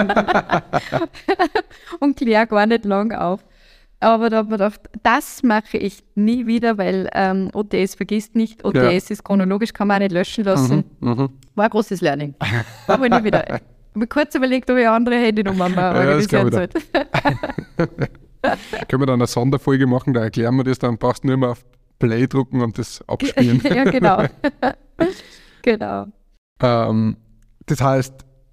Und kläre gar nicht lang auf. Aber da habe ich mir gedacht, das mache ich nie wieder, weil ähm, O T S vergisst nicht. O T S ist chronologisch, kann man auch nicht löschen lassen. mhm. War ein großes Learning. Aber nie wieder. Ich habe mir kurz überlegt, ob ich eine andere Handynummer mal Ja, das organisieren glaub sollte. Können wir dann eine Sonderfolge machen, da erklären wir das, dann brauchst du nur immer auf Play drucken und das abspielen. Ja, genau. Genau. Ähm, das heißt,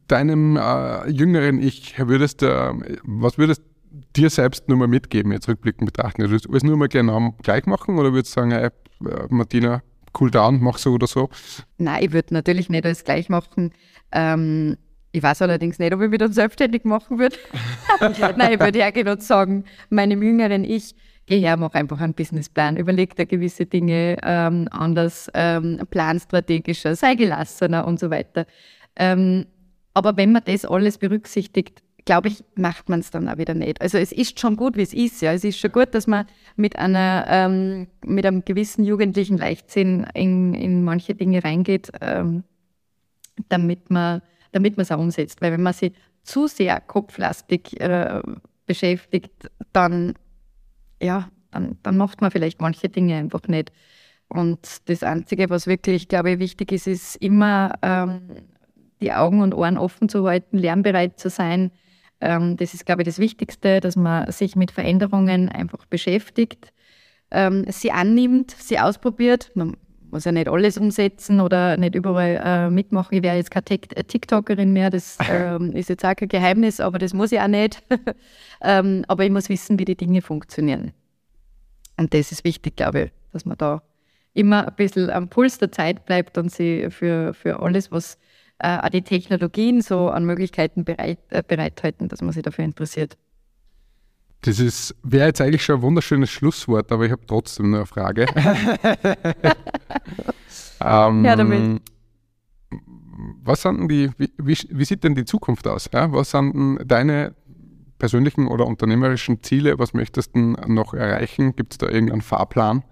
deinem äh, jüngeren Ich würdest, äh, was würdest dir selbst nur mal mitgeben, jetzt rückblickend betrachten? Würdest du es nur mal genau gleich machen oder würdest du sagen, ey, Martina, cool down, mach so oder so? Nein, ich würde natürlich nicht alles gleich machen. Ähm, ich weiß allerdings nicht, ob ich wieder selbstständig machen würde. Nein, ich würde ja genau sagen, meinem jüngeren Ich, geh her, mach einfach einen Businessplan, überleg dir gewisse Dinge ähm, anders, ähm, plan strategischer, sei gelassener und so weiter. Ähm, aber wenn man das alles berücksichtigt, glaube ich, macht man es dann auch wieder nicht. Also es ist schon gut, wie es ist. Ja. Es ist schon gut, dass man mit einer ähm, mit einem gewissen jugendlichen Leichtsinn in, in manche Dinge reingeht, ähm, damit man damit man es auch umsetzt. Weil wenn man sich zu sehr kopflastig äh, beschäftigt, dann, ja, dann, dann macht man vielleicht manche Dinge einfach nicht. Und das Einzige, was wirklich, glaube ich, wichtig ist, ist immer ähm, die Augen und Ohren offen zu halten, lernbereit zu sein. Ähm, das ist, glaube ich, das Wichtigste, dass man sich mit Veränderungen einfach beschäftigt, ähm, sie annimmt, sie ausprobiert. Man muss ja nicht alles umsetzen oder nicht überall äh, mitmachen. Ich wäre jetzt keine TikTokerin mehr, das ähm, ist jetzt auch kein Geheimnis, aber das muss ich auch nicht. ähm, aber ich muss wissen, wie die Dinge funktionieren. Und das ist wichtig, glaube ich, dass man da immer ein bisschen am Puls der Zeit bleibt und sie für, für alles, was äh, auch die Technologien so an Möglichkeiten bereit, äh, bereithalten, dass man sich dafür interessiert. Das ist, wäre jetzt eigentlich schon ein wunderschönes Schlusswort, aber ich habe trotzdem noch eine Frage. ähm, ja, damit. Was sind denn die, wie, wie, wie sieht denn die Zukunft aus? Ja? Was sind denn deine persönlichen oder unternehmerischen Ziele? Was möchtest du noch erreichen? Gibt es da irgendeinen Fahrplan?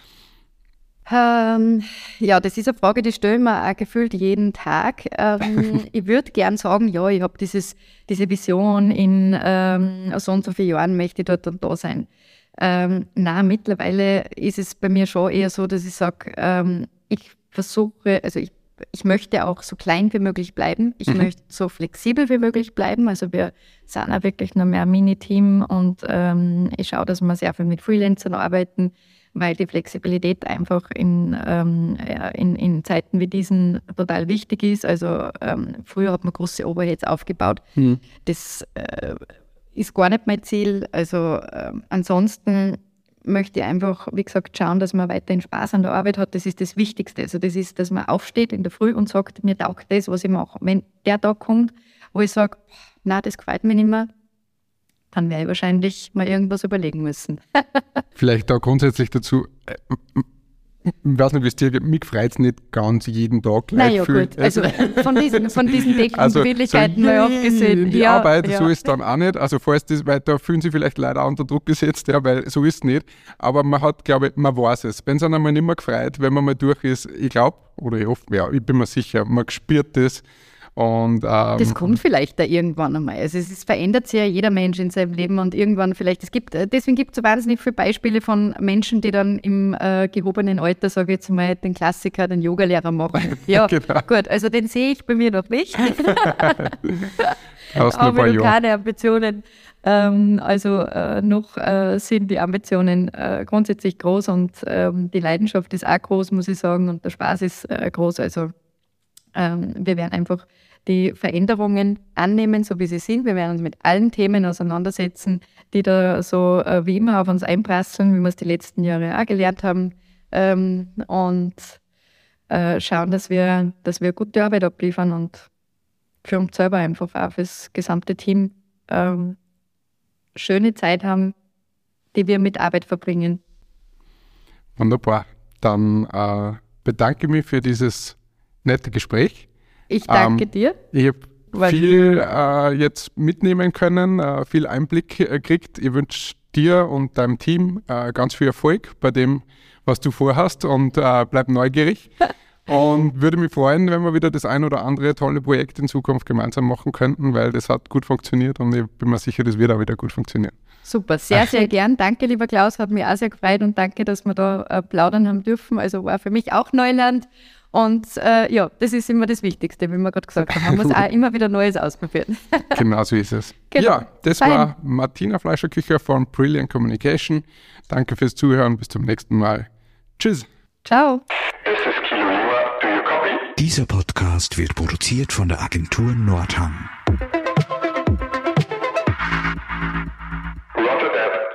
Ähm, ja, das ist eine Frage, die stelle ich mir auch gefühlt jeden Tag. Ähm, ich würde gern sagen, ja, ich habe diese Vision, in ähm, so und so vielen Jahren möchte ich dort und da sein. Ähm, nein, mittlerweile ist es bei mir schon eher so, dass ich sage, ähm, ich versuche, also ich, ich möchte auch so klein wie möglich bleiben. Ich mhm. möchte so flexibel wie möglich bleiben. Also wir sind auch wirklich noch mehr ein Mini-Team und ähm, ich schaue, dass wir sehr viel mit Freelancern arbeiten, weil die Flexibilität einfach in, ähm, in, in Zeiten wie diesen total wichtig ist. Also ähm, früher hat man große Overheads aufgebaut. Mhm. Das äh, ist gar nicht mein Ziel. Also äh, ansonsten möchte ich einfach, wie gesagt, schauen, dass man weiterhin Spaß an der Arbeit hat. Das ist das Wichtigste. Also das ist, dass man aufsteht in der Früh und sagt, mir taugt das, was ich mache. Wenn der Tag kommt, wo ich sage, na, das gefällt mir nicht mehr, dann werde ich wahrscheinlich mal irgendwas überlegen müssen. Vielleicht auch grundsätzlich dazu, ich weiß nicht, wie es dir geht, mich freut es nicht ganz jeden Tag gleich naja, viel. Gut, also von diesen, von diesen täglichen also, Möglichkeiten so, mal abgesehen. Die ja, Arbeit, ja. so ist dann auch nicht. Also falls das weiter, fühlen sie vielleicht leider unter Druck gesetzt, ja, weil so ist es nicht. Aber man hat, glaube ich, man weiß es. Wenn es einem einmal nicht mehr gefreut, wenn man mal durch ist, ich glaube, oder ich hoffe, ja, ich bin mir sicher, man spürt das. Und, ähm, das kommt vielleicht da irgendwann einmal. Also es ist, verändert sich ja jeder Mensch in seinem Leben und irgendwann vielleicht, es gibt, deswegen gibt es so wahnsinnig viele Beispiele von Menschen, die dann im äh, gehobenen Alter, sage ich jetzt mal, den Klassiker, den Yogalehrer machen. Ja, genau. Gut, also den sehe ich bei mir noch nicht. Aber noch keine Ambitionen. Ähm, also äh, noch äh, sind die Ambitionen äh, grundsätzlich groß und ähm, die Leidenschaft ist auch groß, muss ich sagen, und der Spaß ist äh, groß. Also ähm, wir werden einfach die Veränderungen annehmen, so wie sie sind. Wir werden uns mit allen Themen auseinandersetzen, die da so äh, wie immer auf uns einprasseln, wie wir es die letzten Jahre auch gelernt haben. Ähm, und äh, schauen, dass wir, dass wir gute Arbeit abliefern und für uns selber einfach auch fürs gesamte Team ähm, schöne Zeit haben, die wir mit Arbeit verbringen. Wunderbar. Dann äh, bedanke ich mich für dieses nette Gespräch. Ich danke ähm, dir. Ich habe viel äh, jetzt mitnehmen können, äh, viel Einblick äh, gekriegt. Ich wünsche dir und deinem Team äh, ganz viel Erfolg bei dem, was du vorhast und äh, bleib neugierig. Und würde mich freuen, wenn wir wieder das ein oder andere tolle Projekt in Zukunft gemeinsam machen könnten, weil das hat gut funktioniert und ich bin mir sicher, das wird auch wieder gut funktionieren. Super, sehr, sehr gern. Danke, lieber Klaus, hat mich auch sehr gefreut und danke, dass wir da äh, plaudern haben dürfen. Also war für mich auch Neuland. Und äh, ja, das ist immer das Wichtigste, wie wir gerade gesagt haben. Man muss auch immer wieder Neues ausprobieren. Genau so ist es. Genau. Ja, das Fein. war Martina Fleischer-Kücher von Brilliant Communication. Danke fürs Zuhören, bis zum nächsten Mal. Tschüss. Ciao. This is Kilo Lima. Do you copy? Dieser Podcast wird produziert von der Agentur Nordhang. Roger that.